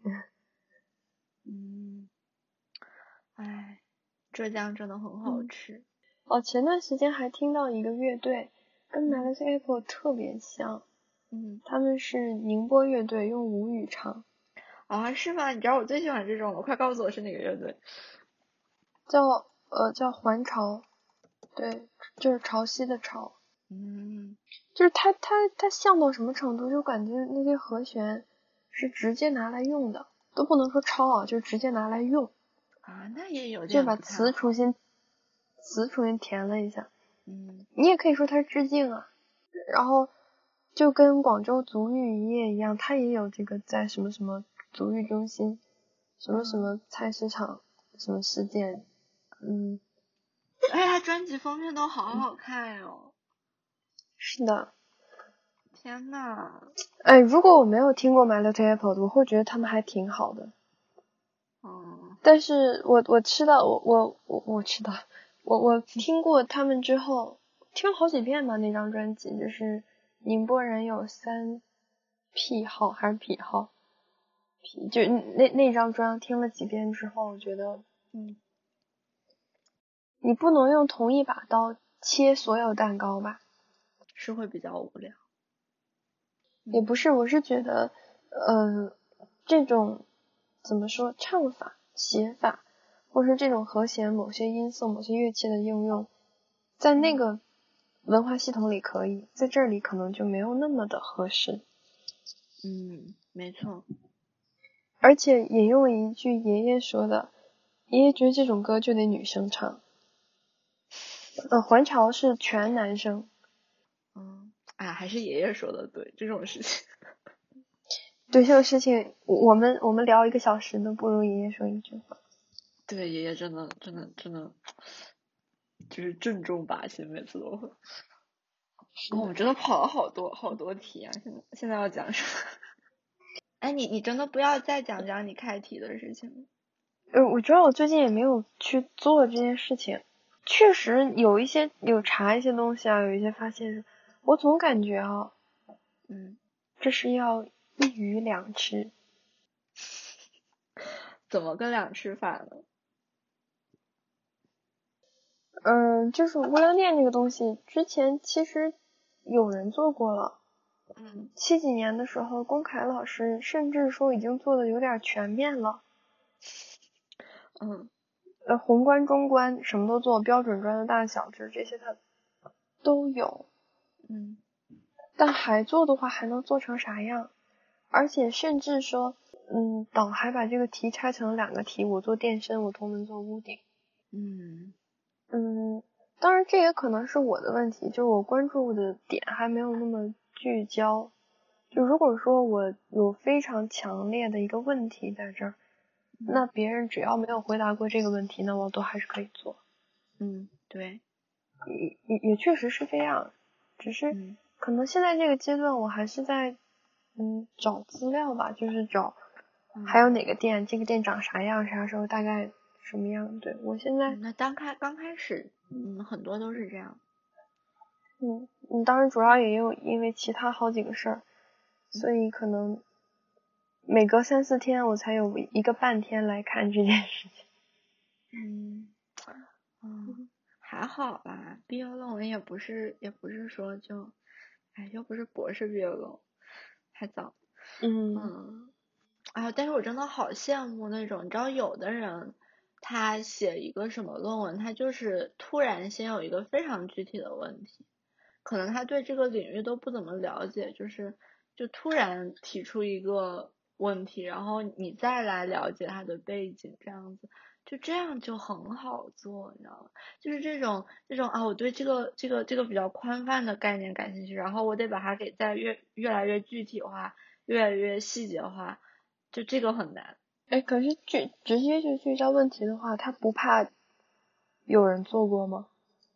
嗯，哎，浙江真的很好吃。 哦，前段时间还听到一个乐队跟嗯 Melody Apple 特别像， 嗯， 他们是宁波乐队，用吴语唱， 啊，是吗？你知道我最喜欢这种了，快告诉我是哪个乐队。 叫呃叫环潮，对，就是潮汐的潮。 嗯， 就是它它它像到什么程度，就感觉那些和弦是直接拿来用的，都不能说抄啊，就直接拿来用。 啊，那也有就把点不太好。 词重新词重新填了一下。 嗯， 你也可以说它是致敬啊。然后就跟广州足浴一夜一样，它也有这个在什么什么足浴中心，什么什么菜市场，什么事件，嗯， 哎，他专辑封面都好好看哟。 是的。 天呐。 哎，如果我没有听过 My Little Apple，我会觉得他们还挺好的。 嗯， 但是我我吃到我我我我吃到我我听过他们之后，听了好几遍吧那张专辑，就是宁波人有三癖好还是癖好，癖就那那张专听了几遍之后，我觉得嗯， 你不能用同一把刀切所有蛋糕吧？ 是会比较无聊。 也不是，我是觉得，呃，这种怎么说，唱法、写法，或者是这种和弦、某些音色、某些乐器的应用，在那个文化系统里可以，在这里可能就没有那么的合适。 嗯，没错。 而且引用一句爷爷说的，爷爷觉得这种歌就得女生唱。呃，还朝是全男生。 嗯，啊，还是爷爷说的对，这种事情。 对，这种事情，我们我们聊一个小时都不如爷爷说一句话。 对，爷爷真的真的真的，就是正中靶心，每次都会。哦，我们真的跑了好多好多题啊！现在现在要讲什么？哎，你你真的不要再讲讲你开题的事情了。 呃，我觉得我最近也没有去做这件事情，确实有一些有查一些东西啊，有一些发现，我总感觉啊， 嗯， 这是要一鱼两吃。 怎么个两吃法呢？ 嗯，就是无量电这个东西，之前其实有人做过了。 嗯， 七几年的时候，龚凯老师甚至说已经做的有点全面了。 嗯， 呃，宏观、中观什么都做，标准砖的大小，就是这些它都有。 嗯， 但还做的话，还能做成啥样？而且甚至说，嗯，导还把这个题拆成两个题，我做电身，我同门做屋顶。 嗯， 嗯，当然这也可能是我的问题，就是我关注的点还没有那么聚焦。就如果说我有非常强烈的一个问题在这儿，那别人只要没有回答过这个问题，那我都还是可以做。 嗯，对， 也也也确实是这样，只是可能现在这个阶段我还是在嗯找资料吧，就是找还有哪个店，这个店长啥样，啥时候大概什么样。对，我现在那刚开刚开始，嗯，很多都是这样。 嗯嗯，当然主要也有因为其他好几个事儿，所以可能每隔三四天我才有一个半天来看这件事情。 嗯，嗯，还好吧，毕业论文也不是也不是说就，哎，又不是博士毕业论文，还早。 嗯嗯，啊，但是我真的好羡慕那种，你知道有的人他写一个什么论文，他就是突然先有一个非常具体的问题，可能他对这个领域都不怎么了解，就是就突然提出一个问题，然后你再来了解他的背景，这样子，就这样就很好做，你知道吗？就是这种这种啊，我对这个这个这个比较宽泛的概念感兴趣，然后我得把它给再越越来越具体化，越来越细节化，就这个很难。 哎，可是聚直接就聚焦问题的话，他不怕有人做过吗？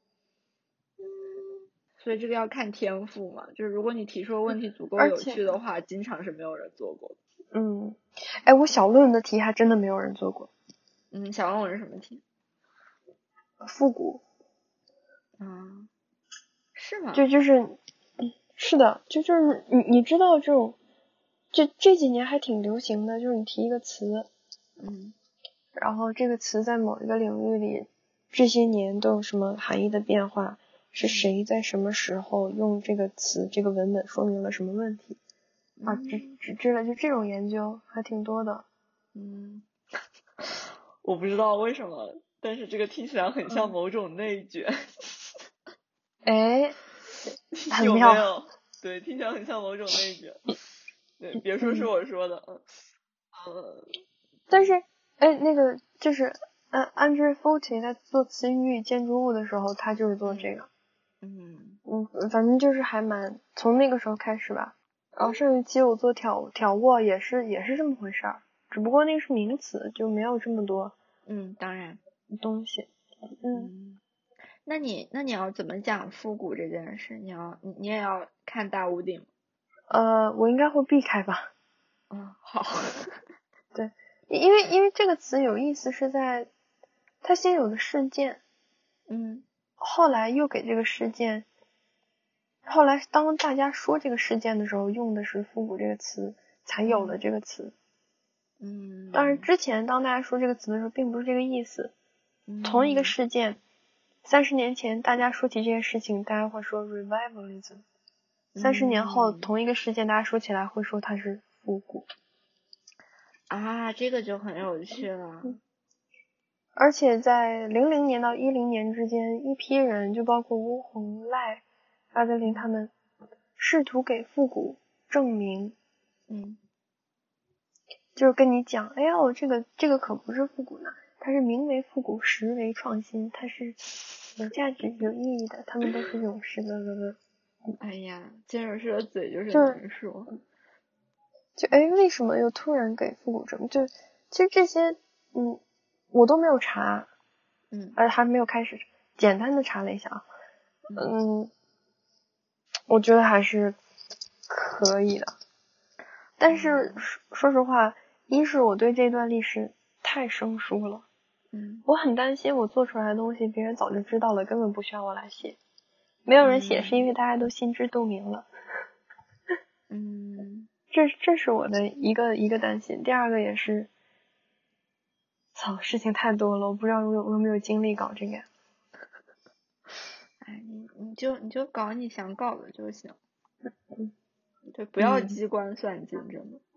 所以这个要看天赋嘛，就是如果你提出的问题足够有而且趣的话，经常是没有人做过的。 嗯，哎，我小论文的题还真的没有人做过。 嗯，小论文是什么题？ 复古。 嗯，是吗？ 就就是嗯，是的，就就是你你知道这种，这这几年还挺流行的，就是你提一个词， 嗯， 然后这个词在某一个领域里这些年都有什么含义的变化，是谁在什么时候用这个词这个文本说明了什么问题啊？只只知道就这种研究还挺多的。 嗯，我不知道为什么，但是这个听起来很像某种内卷。 哎，很有没妙。 有？对，听起来很像某种内卷。对，别说是我说的，嗯，呃， 但是，哎，那个就是呃 Andrew Forty 在做词语与建筑物的时候，他就是做这个。 嗯嗯，反正就是还蛮从那个时候开始吧。然后上一期我做挑挑卧也是也是这么回事儿，只不过那个是名词，就没有这么多嗯，当然， 东西。嗯， 嗯，那你那你要怎么讲复古这件事？你要你你也要看大屋顶吗？ 呃，我应该会避开吧。 嗯，好。 对，因为因为这个词有意思是在它先有的事件， 嗯， 后来又给这个事件，后来当大家说这个事件的时候，用的是复古这个词，才有了这个词。 嗯， 当然之前当大家说这个词的时候，并不是这个意思。同一个嗯， 事件，三十年前大家说起这件事情，大家会说 revivalism。三十年后， 嗯， 同一个事件，大家说起来会说它是复古。 啊，这个就很有趣了。 而且在零零年到一零年之间，一批人，就包括巫红、赖、阿德林他们，试图给复古证明。 嗯就是跟你讲，哎呦，这个这个可不是复古呢，它是名为复古，实为创新，它是有价值、有意义的，他们都是勇士的的。 哎呀，建筑师的嘴就是就难说。 就哎，为什么又突然给复古这么？就其实这些，嗯，我都没有查， 嗯， 而还没有开始简单的查了一下啊，嗯，我觉得还是可以的。但是说实话，一是我对这段历史太生疏了， 嗯， 我很担心我做出来的东西别人早就知道了，根本不需要我来写。没有人写是因为大家都心知肚明了。 嗯， 这这是我的一个一个担心。第二个也是，操，事情太多了，我不知道我有我有没有精力搞这个。 哎，你你就你就搞你想搞的就行。 嗯， 对，不要机关算尽，真的。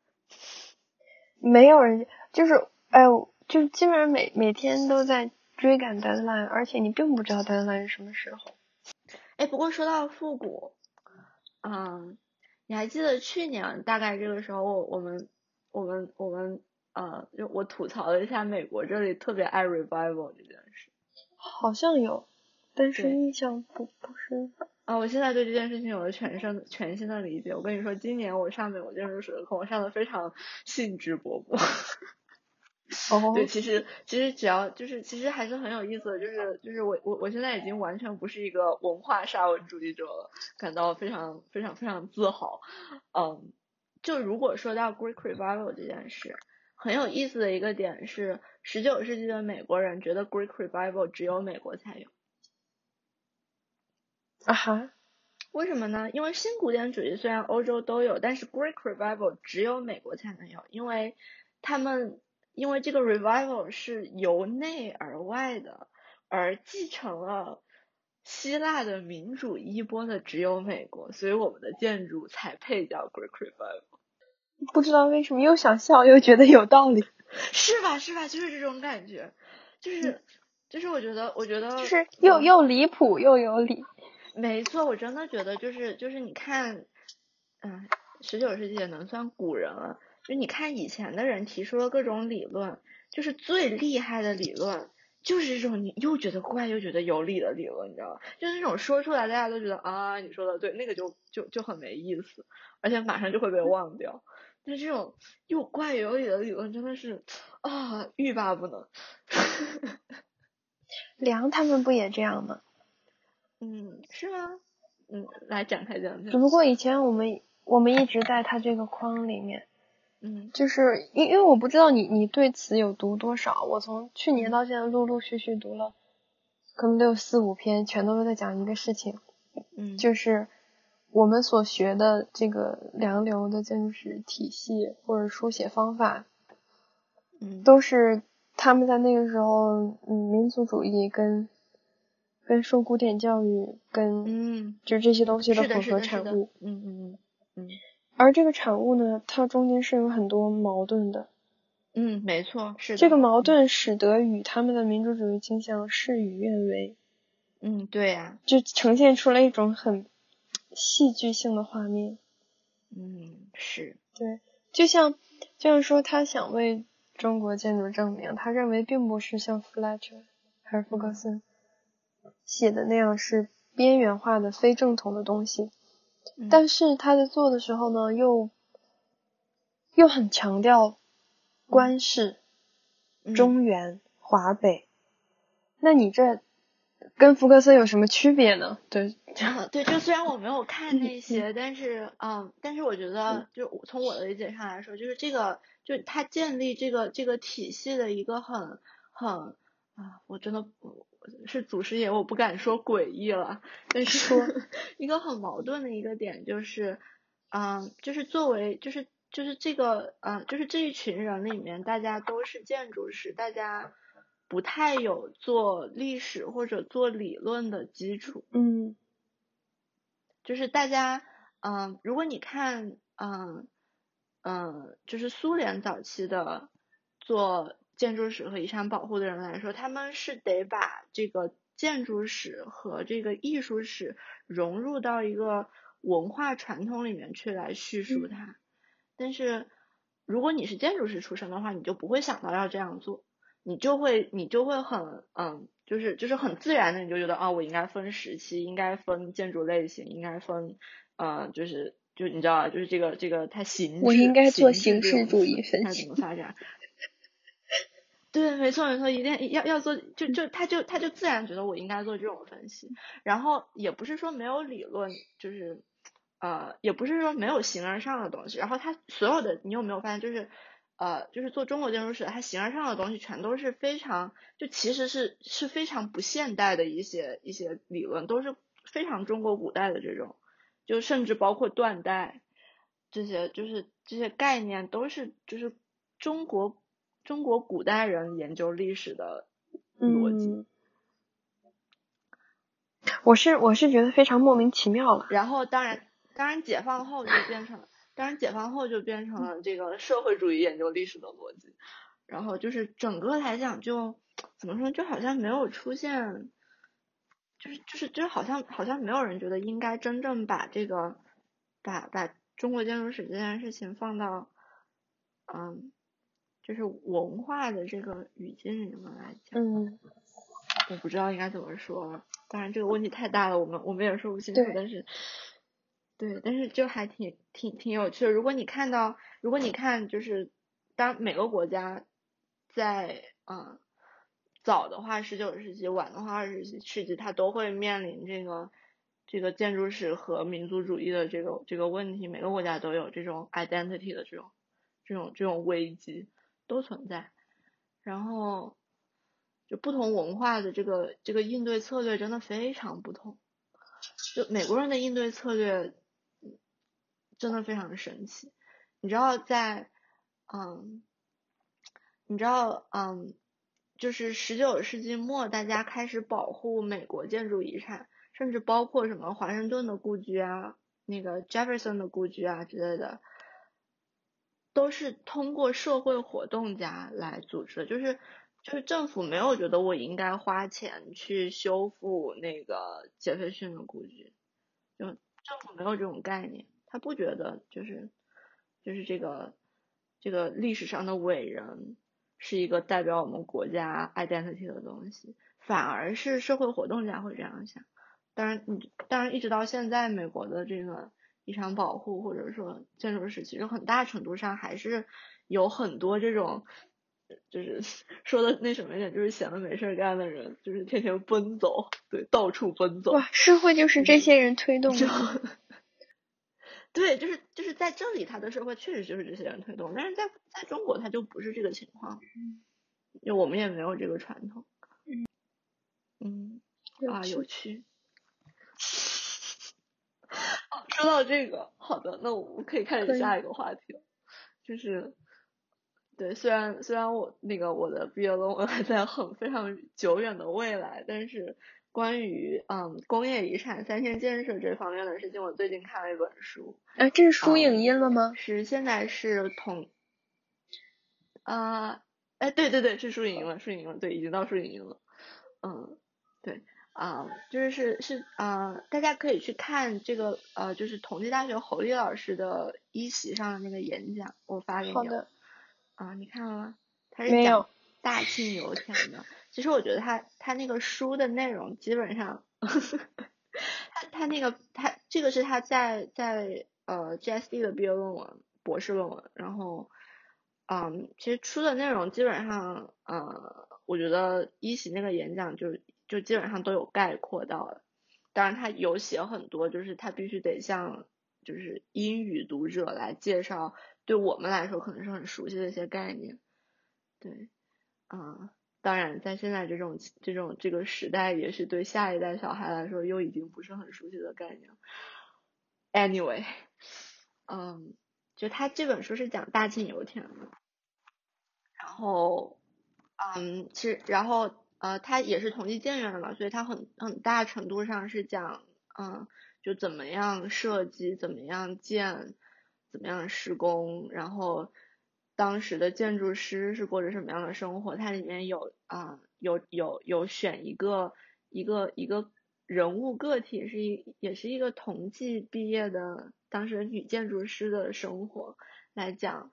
没有人就是哎，就基本上每每天都在追赶 deadline， 而且你并不知道 deadline 是什么时候。 哎，不过说到复古，嗯，你还记得去年大概这个时候，我我们我们我们呃，就我吐槽了一下美国这里特别爱 revival 这件事。 好像有，但是印象不不是。 啊，我现在对这件事情有了全身全新的理解。我跟你说，今年我上美国建筑史的课，我上的非常兴致勃勃。 哦， 对，其实其实只要就是其实还是很有意思的，就是就是我我我现在已经完全不是一个文化沙文主义者了，感到非常非常非常自豪。嗯，就如果说到 Greek Revival 这件事，很有意思的一个点是，十九世纪的美国人觉得 Greek Revival 只有美国才有。 啊哈？ 为什么呢？因为新古典主义虽然欧洲都有，但是 Greek Revival 只有美国才能有，因为他们因为这个 Revival 是由内而外的，而继承了希腊的民主衣钵的只有美国，所以我们的建筑才配叫 Greek Revival。 不知道为什么又想笑又觉得有道理， 是吧？是吧？就是这种感觉，就是就是我觉得我觉得就是又又离谱又有理。 没错，我真的觉得就是就是你看，嗯，十九世纪也能算古人了。就你看以前的人提出了各种理论，就是最厉害的理论，就是这种你又觉得怪又觉得有理的理论，你知道吧？就是那种说出来大家都觉得啊你说的对，那个就就就很没意思，而且马上就会被忘掉。但是这种又怪又有理的理论真的是啊欲罢不能。 梁他们不也这样吗？ 嗯，是吗？嗯，来展开讲讲。 只不过以前我们我们一直在他这个框里面， 嗯， 就是因因为我不知道你你对此有读多少，我从去年到现在陆陆续续读了，可能得有四五篇，全都是在讲一个事情， 嗯， 就是我们所学的这个梁流的建筑史体系或者书写方法， 嗯， 都是他们在那个时候，嗯，民族主义跟跟受古典教育跟嗯， 就这些东西的混合是的， 产物。 嗯嗯嗯而这个产物呢，它中间是有很多矛盾的。 嗯，没错，是的。 这个矛盾使得与他们的民主主义倾向事与愿违。 嗯，对呀、 就呈现出了一种很戏剧性的画面。 嗯，是。 对，就像就像说他想为中国建筑证明，他认为并不是像弗莱彻还是福格森写的那样是边缘化的非正统的东西， 嗯、 但是他在做的时候呢，又又很强调官式、 嗯、 中原、华北。那你这跟福格森有什么区别呢？对， 啊，对，就虽然我没有看那些，但是嗯，但是我觉得，就从我的理解上来说，就是这个，就他建立这个这个体系的一个很很啊，我真的是祖师爷，我不敢说诡异了，但是说一个很矛盾的一个点就是，嗯，就是作为就是就是这个嗯，就是这一群人里面，大家都是建筑师，大家不太有做历史或者做理论的基础。 嗯。 就是大家，嗯，如果你看，嗯，嗯，就是苏联早期的做建筑史和遗产保护的人来说，他们是得把这个建筑史和这个艺术史融入到一个文化传统里面去来叙述它。但是， 如果你是建筑师出身的话，你就不会想到要这样做，你就会你就会很嗯，就是就是很自然的你就觉得啊，我应该分时期，应该分建筑类型，应该分呃就是就你知道就是这个这个它形我应制该做形制形式主这种词义分析它怎么发展。对，没错没错，一定要要做，就就他就他就自然觉得我应该做这种分析，然后也不是说没有理论，就是呃也不是说没有形而上的东西，然后他所有的你有没有发现就是呃就是做中国建筑史，它形而上的东西全都是非常就其实是是非常不现代的一些一些理论，都是非常中国古代的这种，就甚至包括断代这些就是这些概念都是就是中国。中国古代人研究历史的逻辑， 嗯，我是我是觉得非常莫名其妙了。 然后当然当然解放后就变成了，当然解放后就变成了这个社会主义研究历史的逻辑，然后就是整个来讲就怎么说，就好像没有出现，就是就是就是好像好像没有人觉得应该真正把这个把把中国建筑史这件事情放到嗯。就是文化的这个语境里面来讲， 嗯， 我不知道应该怎么说了。当然这个问题太大了，我们我们也说不清楚。但是，对，但是就还挺挺挺有趣的。如果你看到，如果你看就是，当每个国家在嗯早的话十九世纪，晚的话二十世纪，它都会面临这个这个建筑史和民族主义的这个这个问题。每个国家都有这种 identity 的这种这种这种危机。都存在，然后就不同文化的这个这个应对策略真的非常不同。就美国人的应对策略真的非常神奇。你知道在嗯，你知道嗯，就是十九世纪末大家开始保护美国建筑遗产，甚至包括什么华盛顿的故居啊，那个 Jefferson 的故居啊之类的。都是通过社会活动家来组织的，就是就是政府没有觉得我应该花钱去修复那个杰斐逊的故居，就政府没有这种概念，他不觉得就是就是这个这个历史上的伟人是一个代表我们国家 identity 的东西，反而是社会活动家会这样想。当然，你当然一直到现在，美国的这个遗产保护或者说建筑史，其实很大程度上还是有很多这种，就是说的那什么一点，就是闲的没事干的人，就是天天奔走，对，到处奔走。 哇，社会就是这些人推动的。 对，就是就是在这里，他的社会确实就是这些人推动，但是在在中国，他就不是这个情况，因为我们也没有这个传统。嗯，啊，有趣。说到这个，好的，那我们可以开始下一个话题了，就是对，虽然虽然我那个我的毕业论文还在很非常久远的未来，但是关于嗯工业遗产三线建设这方面的事情，我最近看了一本书。 哎，这是书影音了吗？ 嗯、是现在是统啊，哎、呃，对对对，是输赢了，输赢了，对，已经到输赢了。嗯，对。啊、嗯，就是是是啊、呃，大家可以去看这个呃，就是同济大学侯丽老师的一席上的那个演讲，我发给你了。 好的。 啊、呃，你看了吗？他是没有。 讲大庆油田的。其实我觉得他他那个书的内容基本上，他他那个他这个是他在在呃 G S D 的毕业论文，博士论文，然后嗯，其实书的内容基本上呃，我觉得一席那个演讲就就基本上都有概括到了。当然他有写很多，就是他必须得向就是英语读者来介绍，对我们来说可能是很熟悉的一些概念。对，嗯，当然在现在这种这种这个时代，也是对下一代小孩来说又已经不是很熟悉的概念。Anyway，嗯，就他这本书是讲大庆油田的，然后，嗯，其实然后呃，他也是同济建院的嘛，所以他很很大程度上是讲，嗯，就怎么样设计，怎么样建，怎么样施工，然后当时的建筑师是过着什么样的生活，它里面有啊、有有有选一个一个一个人物个体，是一也是一个同济毕业的当时女建筑师的生活来讲。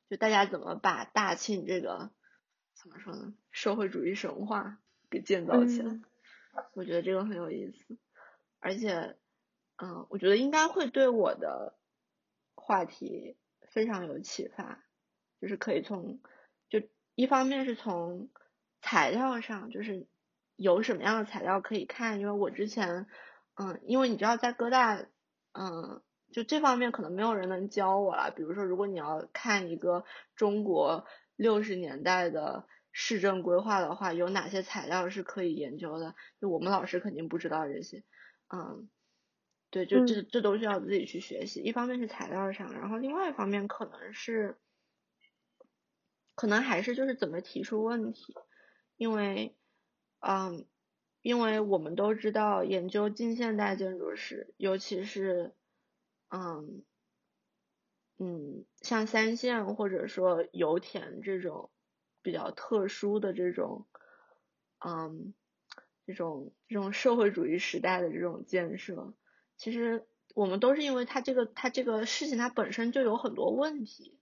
就大家怎么把大庆这个怎么说呢，社会主义神话给建造起来， 嗯我觉得这个很有意思，而且，嗯，我觉得应该会对我的话题非常有启发，就是可以从，就一方面是从材料上，就是有什么样的材料可以看，因为我之前，嗯，因为你知道在哥大，嗯，就这方面可能没有人能教我了，比如说如果你要看一个中国六十年代的市政规划的话，有哪些材料是可以研究的？就我们老师肯定不知道这些，嗯，对，就这嗯这都需要自己去学习。一方面是材料上，然后另外一方面可能是，可能还是就是怎么提出问题，因为，嗯，因为我们都知道研究近现代建筑史，尤其是，嗯嗯，像三线或者说油田这种比较特殊的这种，嗯，这种这种社会主义时代的这种建设，其实我们都是因为它这个它这个事情它本身就有很多问题，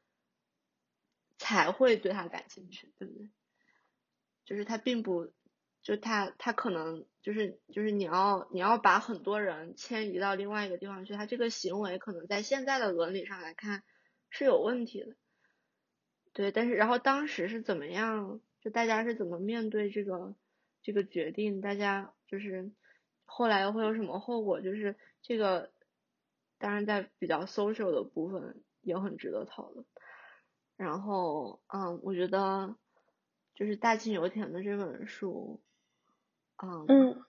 才会对它感兴趣，对不对？就是它并不，就它它可能就是就是你要你要把很多人迁移到另外一个地方去，它这个行为可能在现在的伦理上来看是有问题的。对，但是然后当时是怎么样？就大家是怎么面对这个这个决定？大家就是后来会有什么后果？就是这个，当然在比较 social 的部分也很值得讨论。然后，嗯，我觉得就是大庆油田的这本书，嗯嗯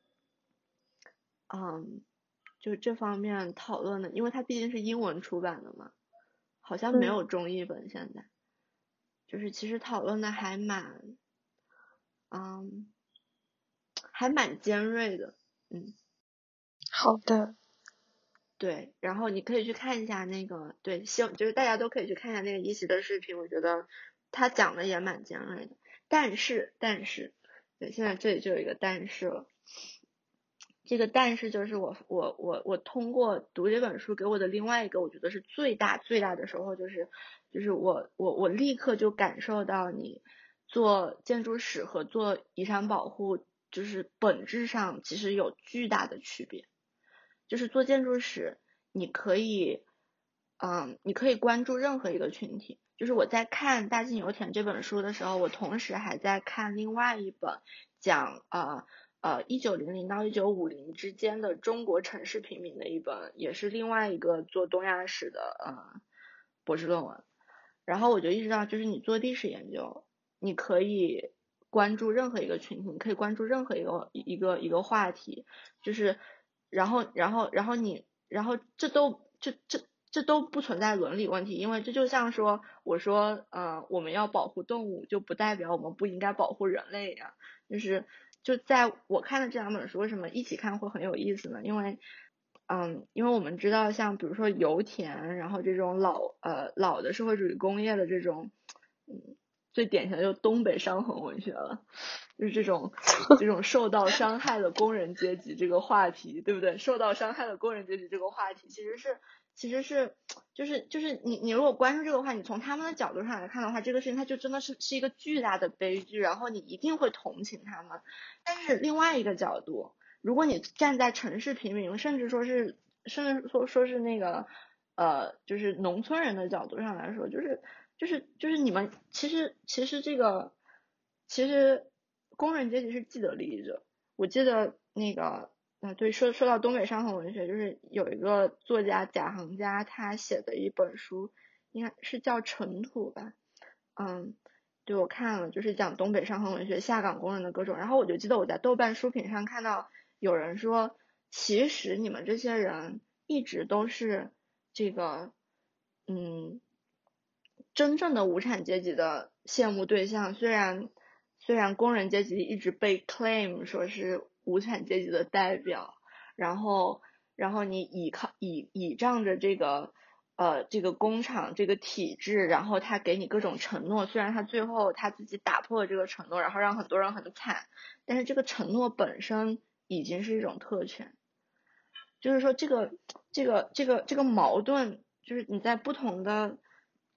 嗯，就这方面讨论的，因为它毕竟是英文出版的嘛，好像没嗯， 有中译本现在。就是其实讨论的还蛮，嗯，还蛮尖锐的，嗯， 好的， 对，然后你可以去看一下那个，对，希望就是大家都可以去看一下那个一席的视频，我觉得他讲的也蛮尖锐的，但是但是，对，现在这里就有一个但是了，这个但是就是我我我我通过读这本书给我的另外一个我觉得是最大最大的收获就是就是我我我立刻就感受到你做建筑史和做遗产保护就是本质上其实有巨大的区别，就是做建筑史你可以嗯你可以关注任何一个群体，就是我在看大庆油田这本书的时候，我同时还在看另外一本讲呃呃，一九零零到一九五零之间的中国城市平民的一本，也是另外一个做东亚史的呃博士论文。然后我就意识到，就是你做历史研究，你可以关注任何一个群体，你可以关注任何一个一个一个话题，就是然后然后然后你然后这都这这这都不存在伦理问题，因为这就像说我说呃我们要保护动物，就不代表我们不应该保护人类呀，就是就在我看的这两本书，为什么一起看会很有意思呢？因为嗯，因为我们知道，像比如说油田，然后这种老呃老的社会主义工业的这种，嗯，最典型的就是东北伤痕文学了，就是这种这种受到伤害的工人阶级这个话题，对不对？受到伤害的工人阶级这个话题，其实是其实是就是就是你你如果关注这个话，你从他们的角度上来看的话，这个事情它就真的是是一个巨大的悲剧，然后你一定会同情他们。但是另外一个角度，如果你站在城市平民，甚至说是，甚至说说是那个，呃，就是农村人的角度上来说，就是就是就是你们其实其实这个，其实工人阶级是既得利益者。我记得那个，呃，对，说说到东北伤痕文学，就是有一个作家贾行家，他写的一本书，应该是叫《尘土》吧，嗯。对，我看了，就是讲东北伤痕文学下岗工人的各种，然后我就记得我在豆瓣书评上看到有人说，其实你们这些人一直都是这个，嗯，真正的无产阶级的羡慕对象，虽然虽然工人阶级一直被 claim 说是无产阶级的代表，然后然后你倚靠倚倚仗着这个。呃，这个工厂这个体制，然后他给你各种承诺，虽然他最后他自己打破了这个承诺，然后让很多人很惨，但是这个承诺本身已经是一种特权。就是说这个这个这个这个矛盾，就是你在不同的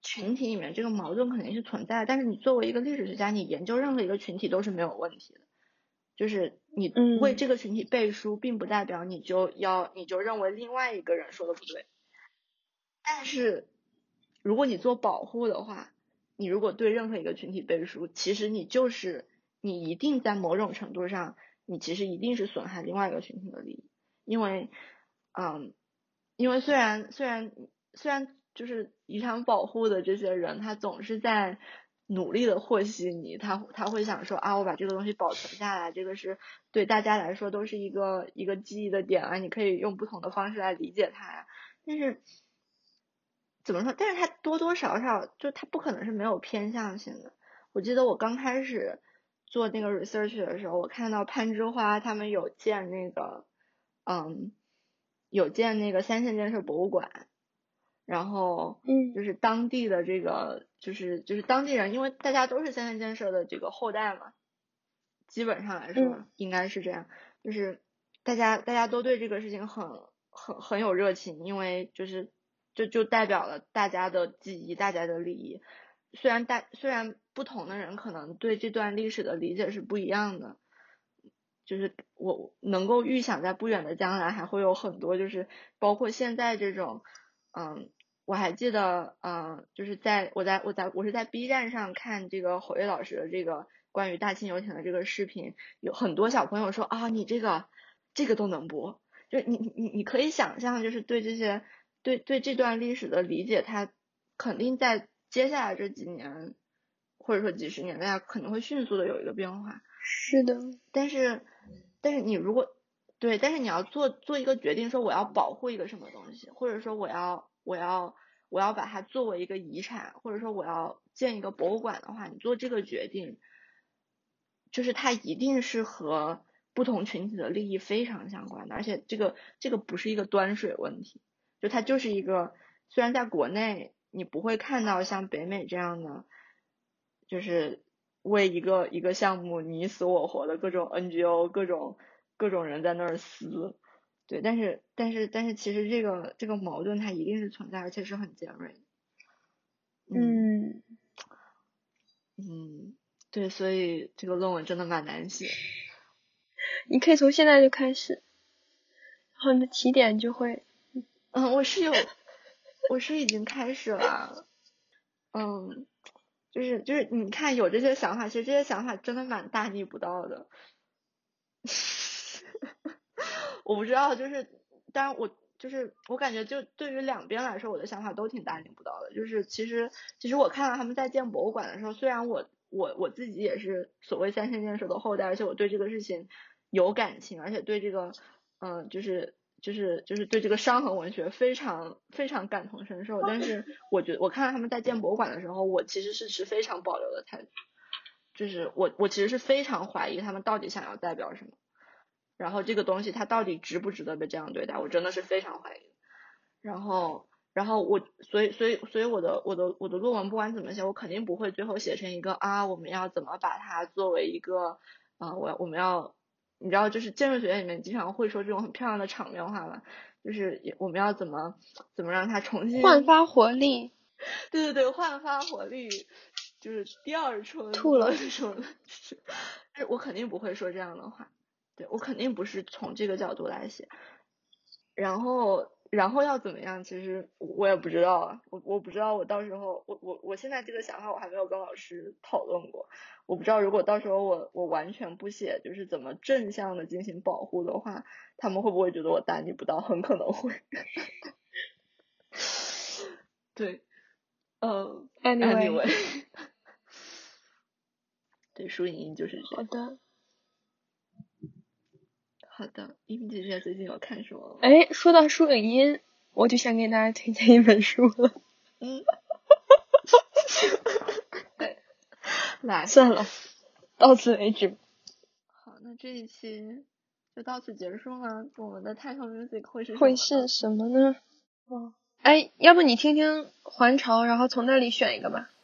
群体里面这个矛盾肯定是存在的，但是你作为一个历史学家，你研究任何一个群体都是没有问题的。就是你为这个群体背书，并不代表你就要你就认为另外一个人说的不对。但是如果你做保护的话，你如果对任何一个群体背书，其实你就是你一定在某种程度上，你其实一定是损害另外一个群体的利益。因为嗯，因为虽然虽然虽然就是遗产保护的这些人，他总是在努力的和稀泥，他他会想说啊，我把这个东西保存下来，这个是对大家来说都是一个一个记忆的点啊，你可以用不同的方式来理解它呀。但是怎么说？但是它多多少少就它不可能是没有偏向性的。我记得我刚开始做那个 research 的时候，我看到攀枝花他们有建那个嗯有建那个三线建设博物馆。然后， 嗯， 就是当地的这个，就是就是当地人，因为大家都是三线建设的这个后代嘛，基本上来说应该是这样，就是大家大家都对这个事情很很很有热情，因为就是就就代表了大家的记忆，大家的利益。虽然大虽然不同的人可能对这段历史的理解是不一样的。就是我能够预想在不远的将来还会有很多，就是包括现在这种，嗯，我还记得，嗯，就是在我在我在我是在 B 站上看这个侯月老师的这个关于大清游艇的这个视频，有很多小朋友说啊，你这个这个都能播，就你你你可以想象，就是对这些对对这段历史的理解，它肯定在接下来这几年或者说几十年，大家可能会迅速的有一个变化。 是的， 但是，但是你如果对，但是你要做做一个决定，说我要保护一个什么东西，或者说我要我要我要把它作为一个遗产，或者说我要建一个博物馆的话，你做这个决定，就是它一定是和不同群体的利益非常相关的，而且这个这个不是一个端水问题，就它就是一个，虽然在国内你不会看到像北美这样的，就是为一个一个项目你死我活的各种 N G O 各种各种人在那儿撕，对，但是但是但是其实这个这个矛盾它一定是存在，而且是很尖锐的。 嗯嗯，对，所以这个论文真的蛮难写。 你可以从现在就开始，然后你的起点就会， 嗯，我是有，我是已经开始了。嗯，就是就是你看有这些想法，其实这些想法真的蛮大逆不道的。我不知道，就是当然我就是我感觉就对于两边来说，我的想法都挺大逆不道的。就是其实其实我看到他们在建博物馆的时候，虽然我我我自己也是所谓三线建设的后代，而且我对这个事情有感情，而且对这个嗯就是就是就是对这个伤痕文学非常非常感同身受。但是我觉得我看到他们在建博物馆的时候，我其实是持非常保留的态度。就是我我其实是非常怀疑他们到底想要代表什么。然后这个东西它到底值不值得被这样对待，我真的是非常怀疑。然后，然后我，所以，所以，所以我的，我的，我的论文不管怎么写，我肯定不会最后写成一个啊，我们要怎么把它作为一个，啊、呃，我我们要，你知道，就是建筑学院里面经常会说这种很漂亮的场面话嘛，就是我们要怎么怎么让它重新焕发活力。 对对对，焕发活力，就是第二春吐了这种，但是我肯定不会说这样的话。对，我肯定不是从这个角度来写，然后然后要怎么样，其实我也不知道啊，我我不知道，我到时候我我我现在这个想法我还没有跟老师讨论过，我不知道如果到时候我我完全不写，就是怎么正向的进行保护的话，他们会不会觉得我大逆不道？很可能会。对，嗯 Anyway， 对，输赢就是这样。 好的。 好的，一鸣姐姐最近有看什么吗？ 哎，说到输影音，我就想给大家推荐一本书了。 嗯，来， 算了，到此为止。 好，那这一期就到此结束了。我们的 title music 会是什么？ 会是什么呢？哦，哎，要不你听听还朝，然后从那里选一个吧。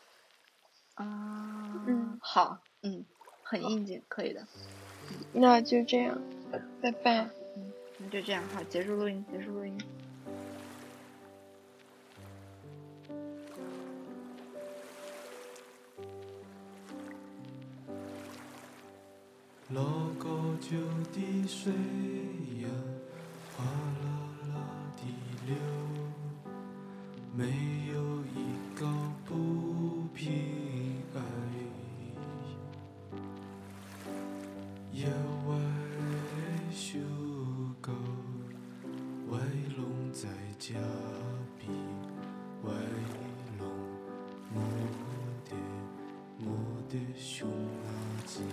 啊， 嗯， 好，嗯，很应景，可以的。 那就这样，拜拜。 嗯，那就这样，好，结束录音，结束录音。 老高就的水呀，哗啦啦地流，没有一个不平安。野外修狗，外笼在家比外笼没得没得熊垃圾。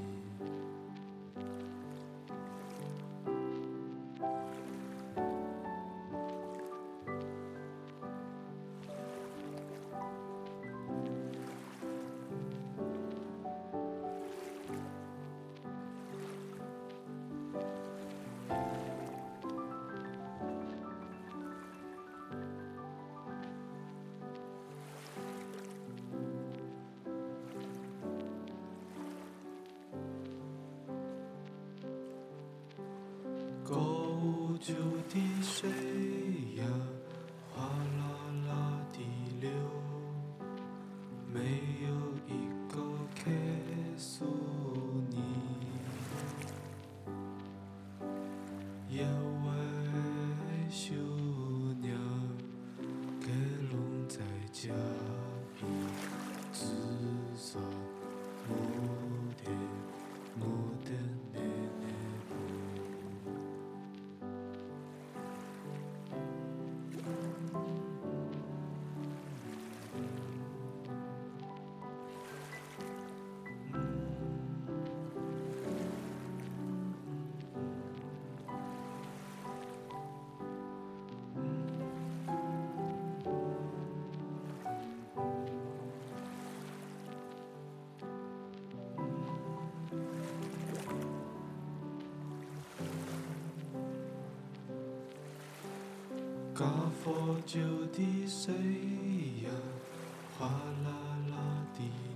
购物酒的水呀，哗啦啦地流，没有一个告诉你，野外小鸟给笼在家里，至少没得没得奶奶不。高佛酒的水呀，哗啦啦地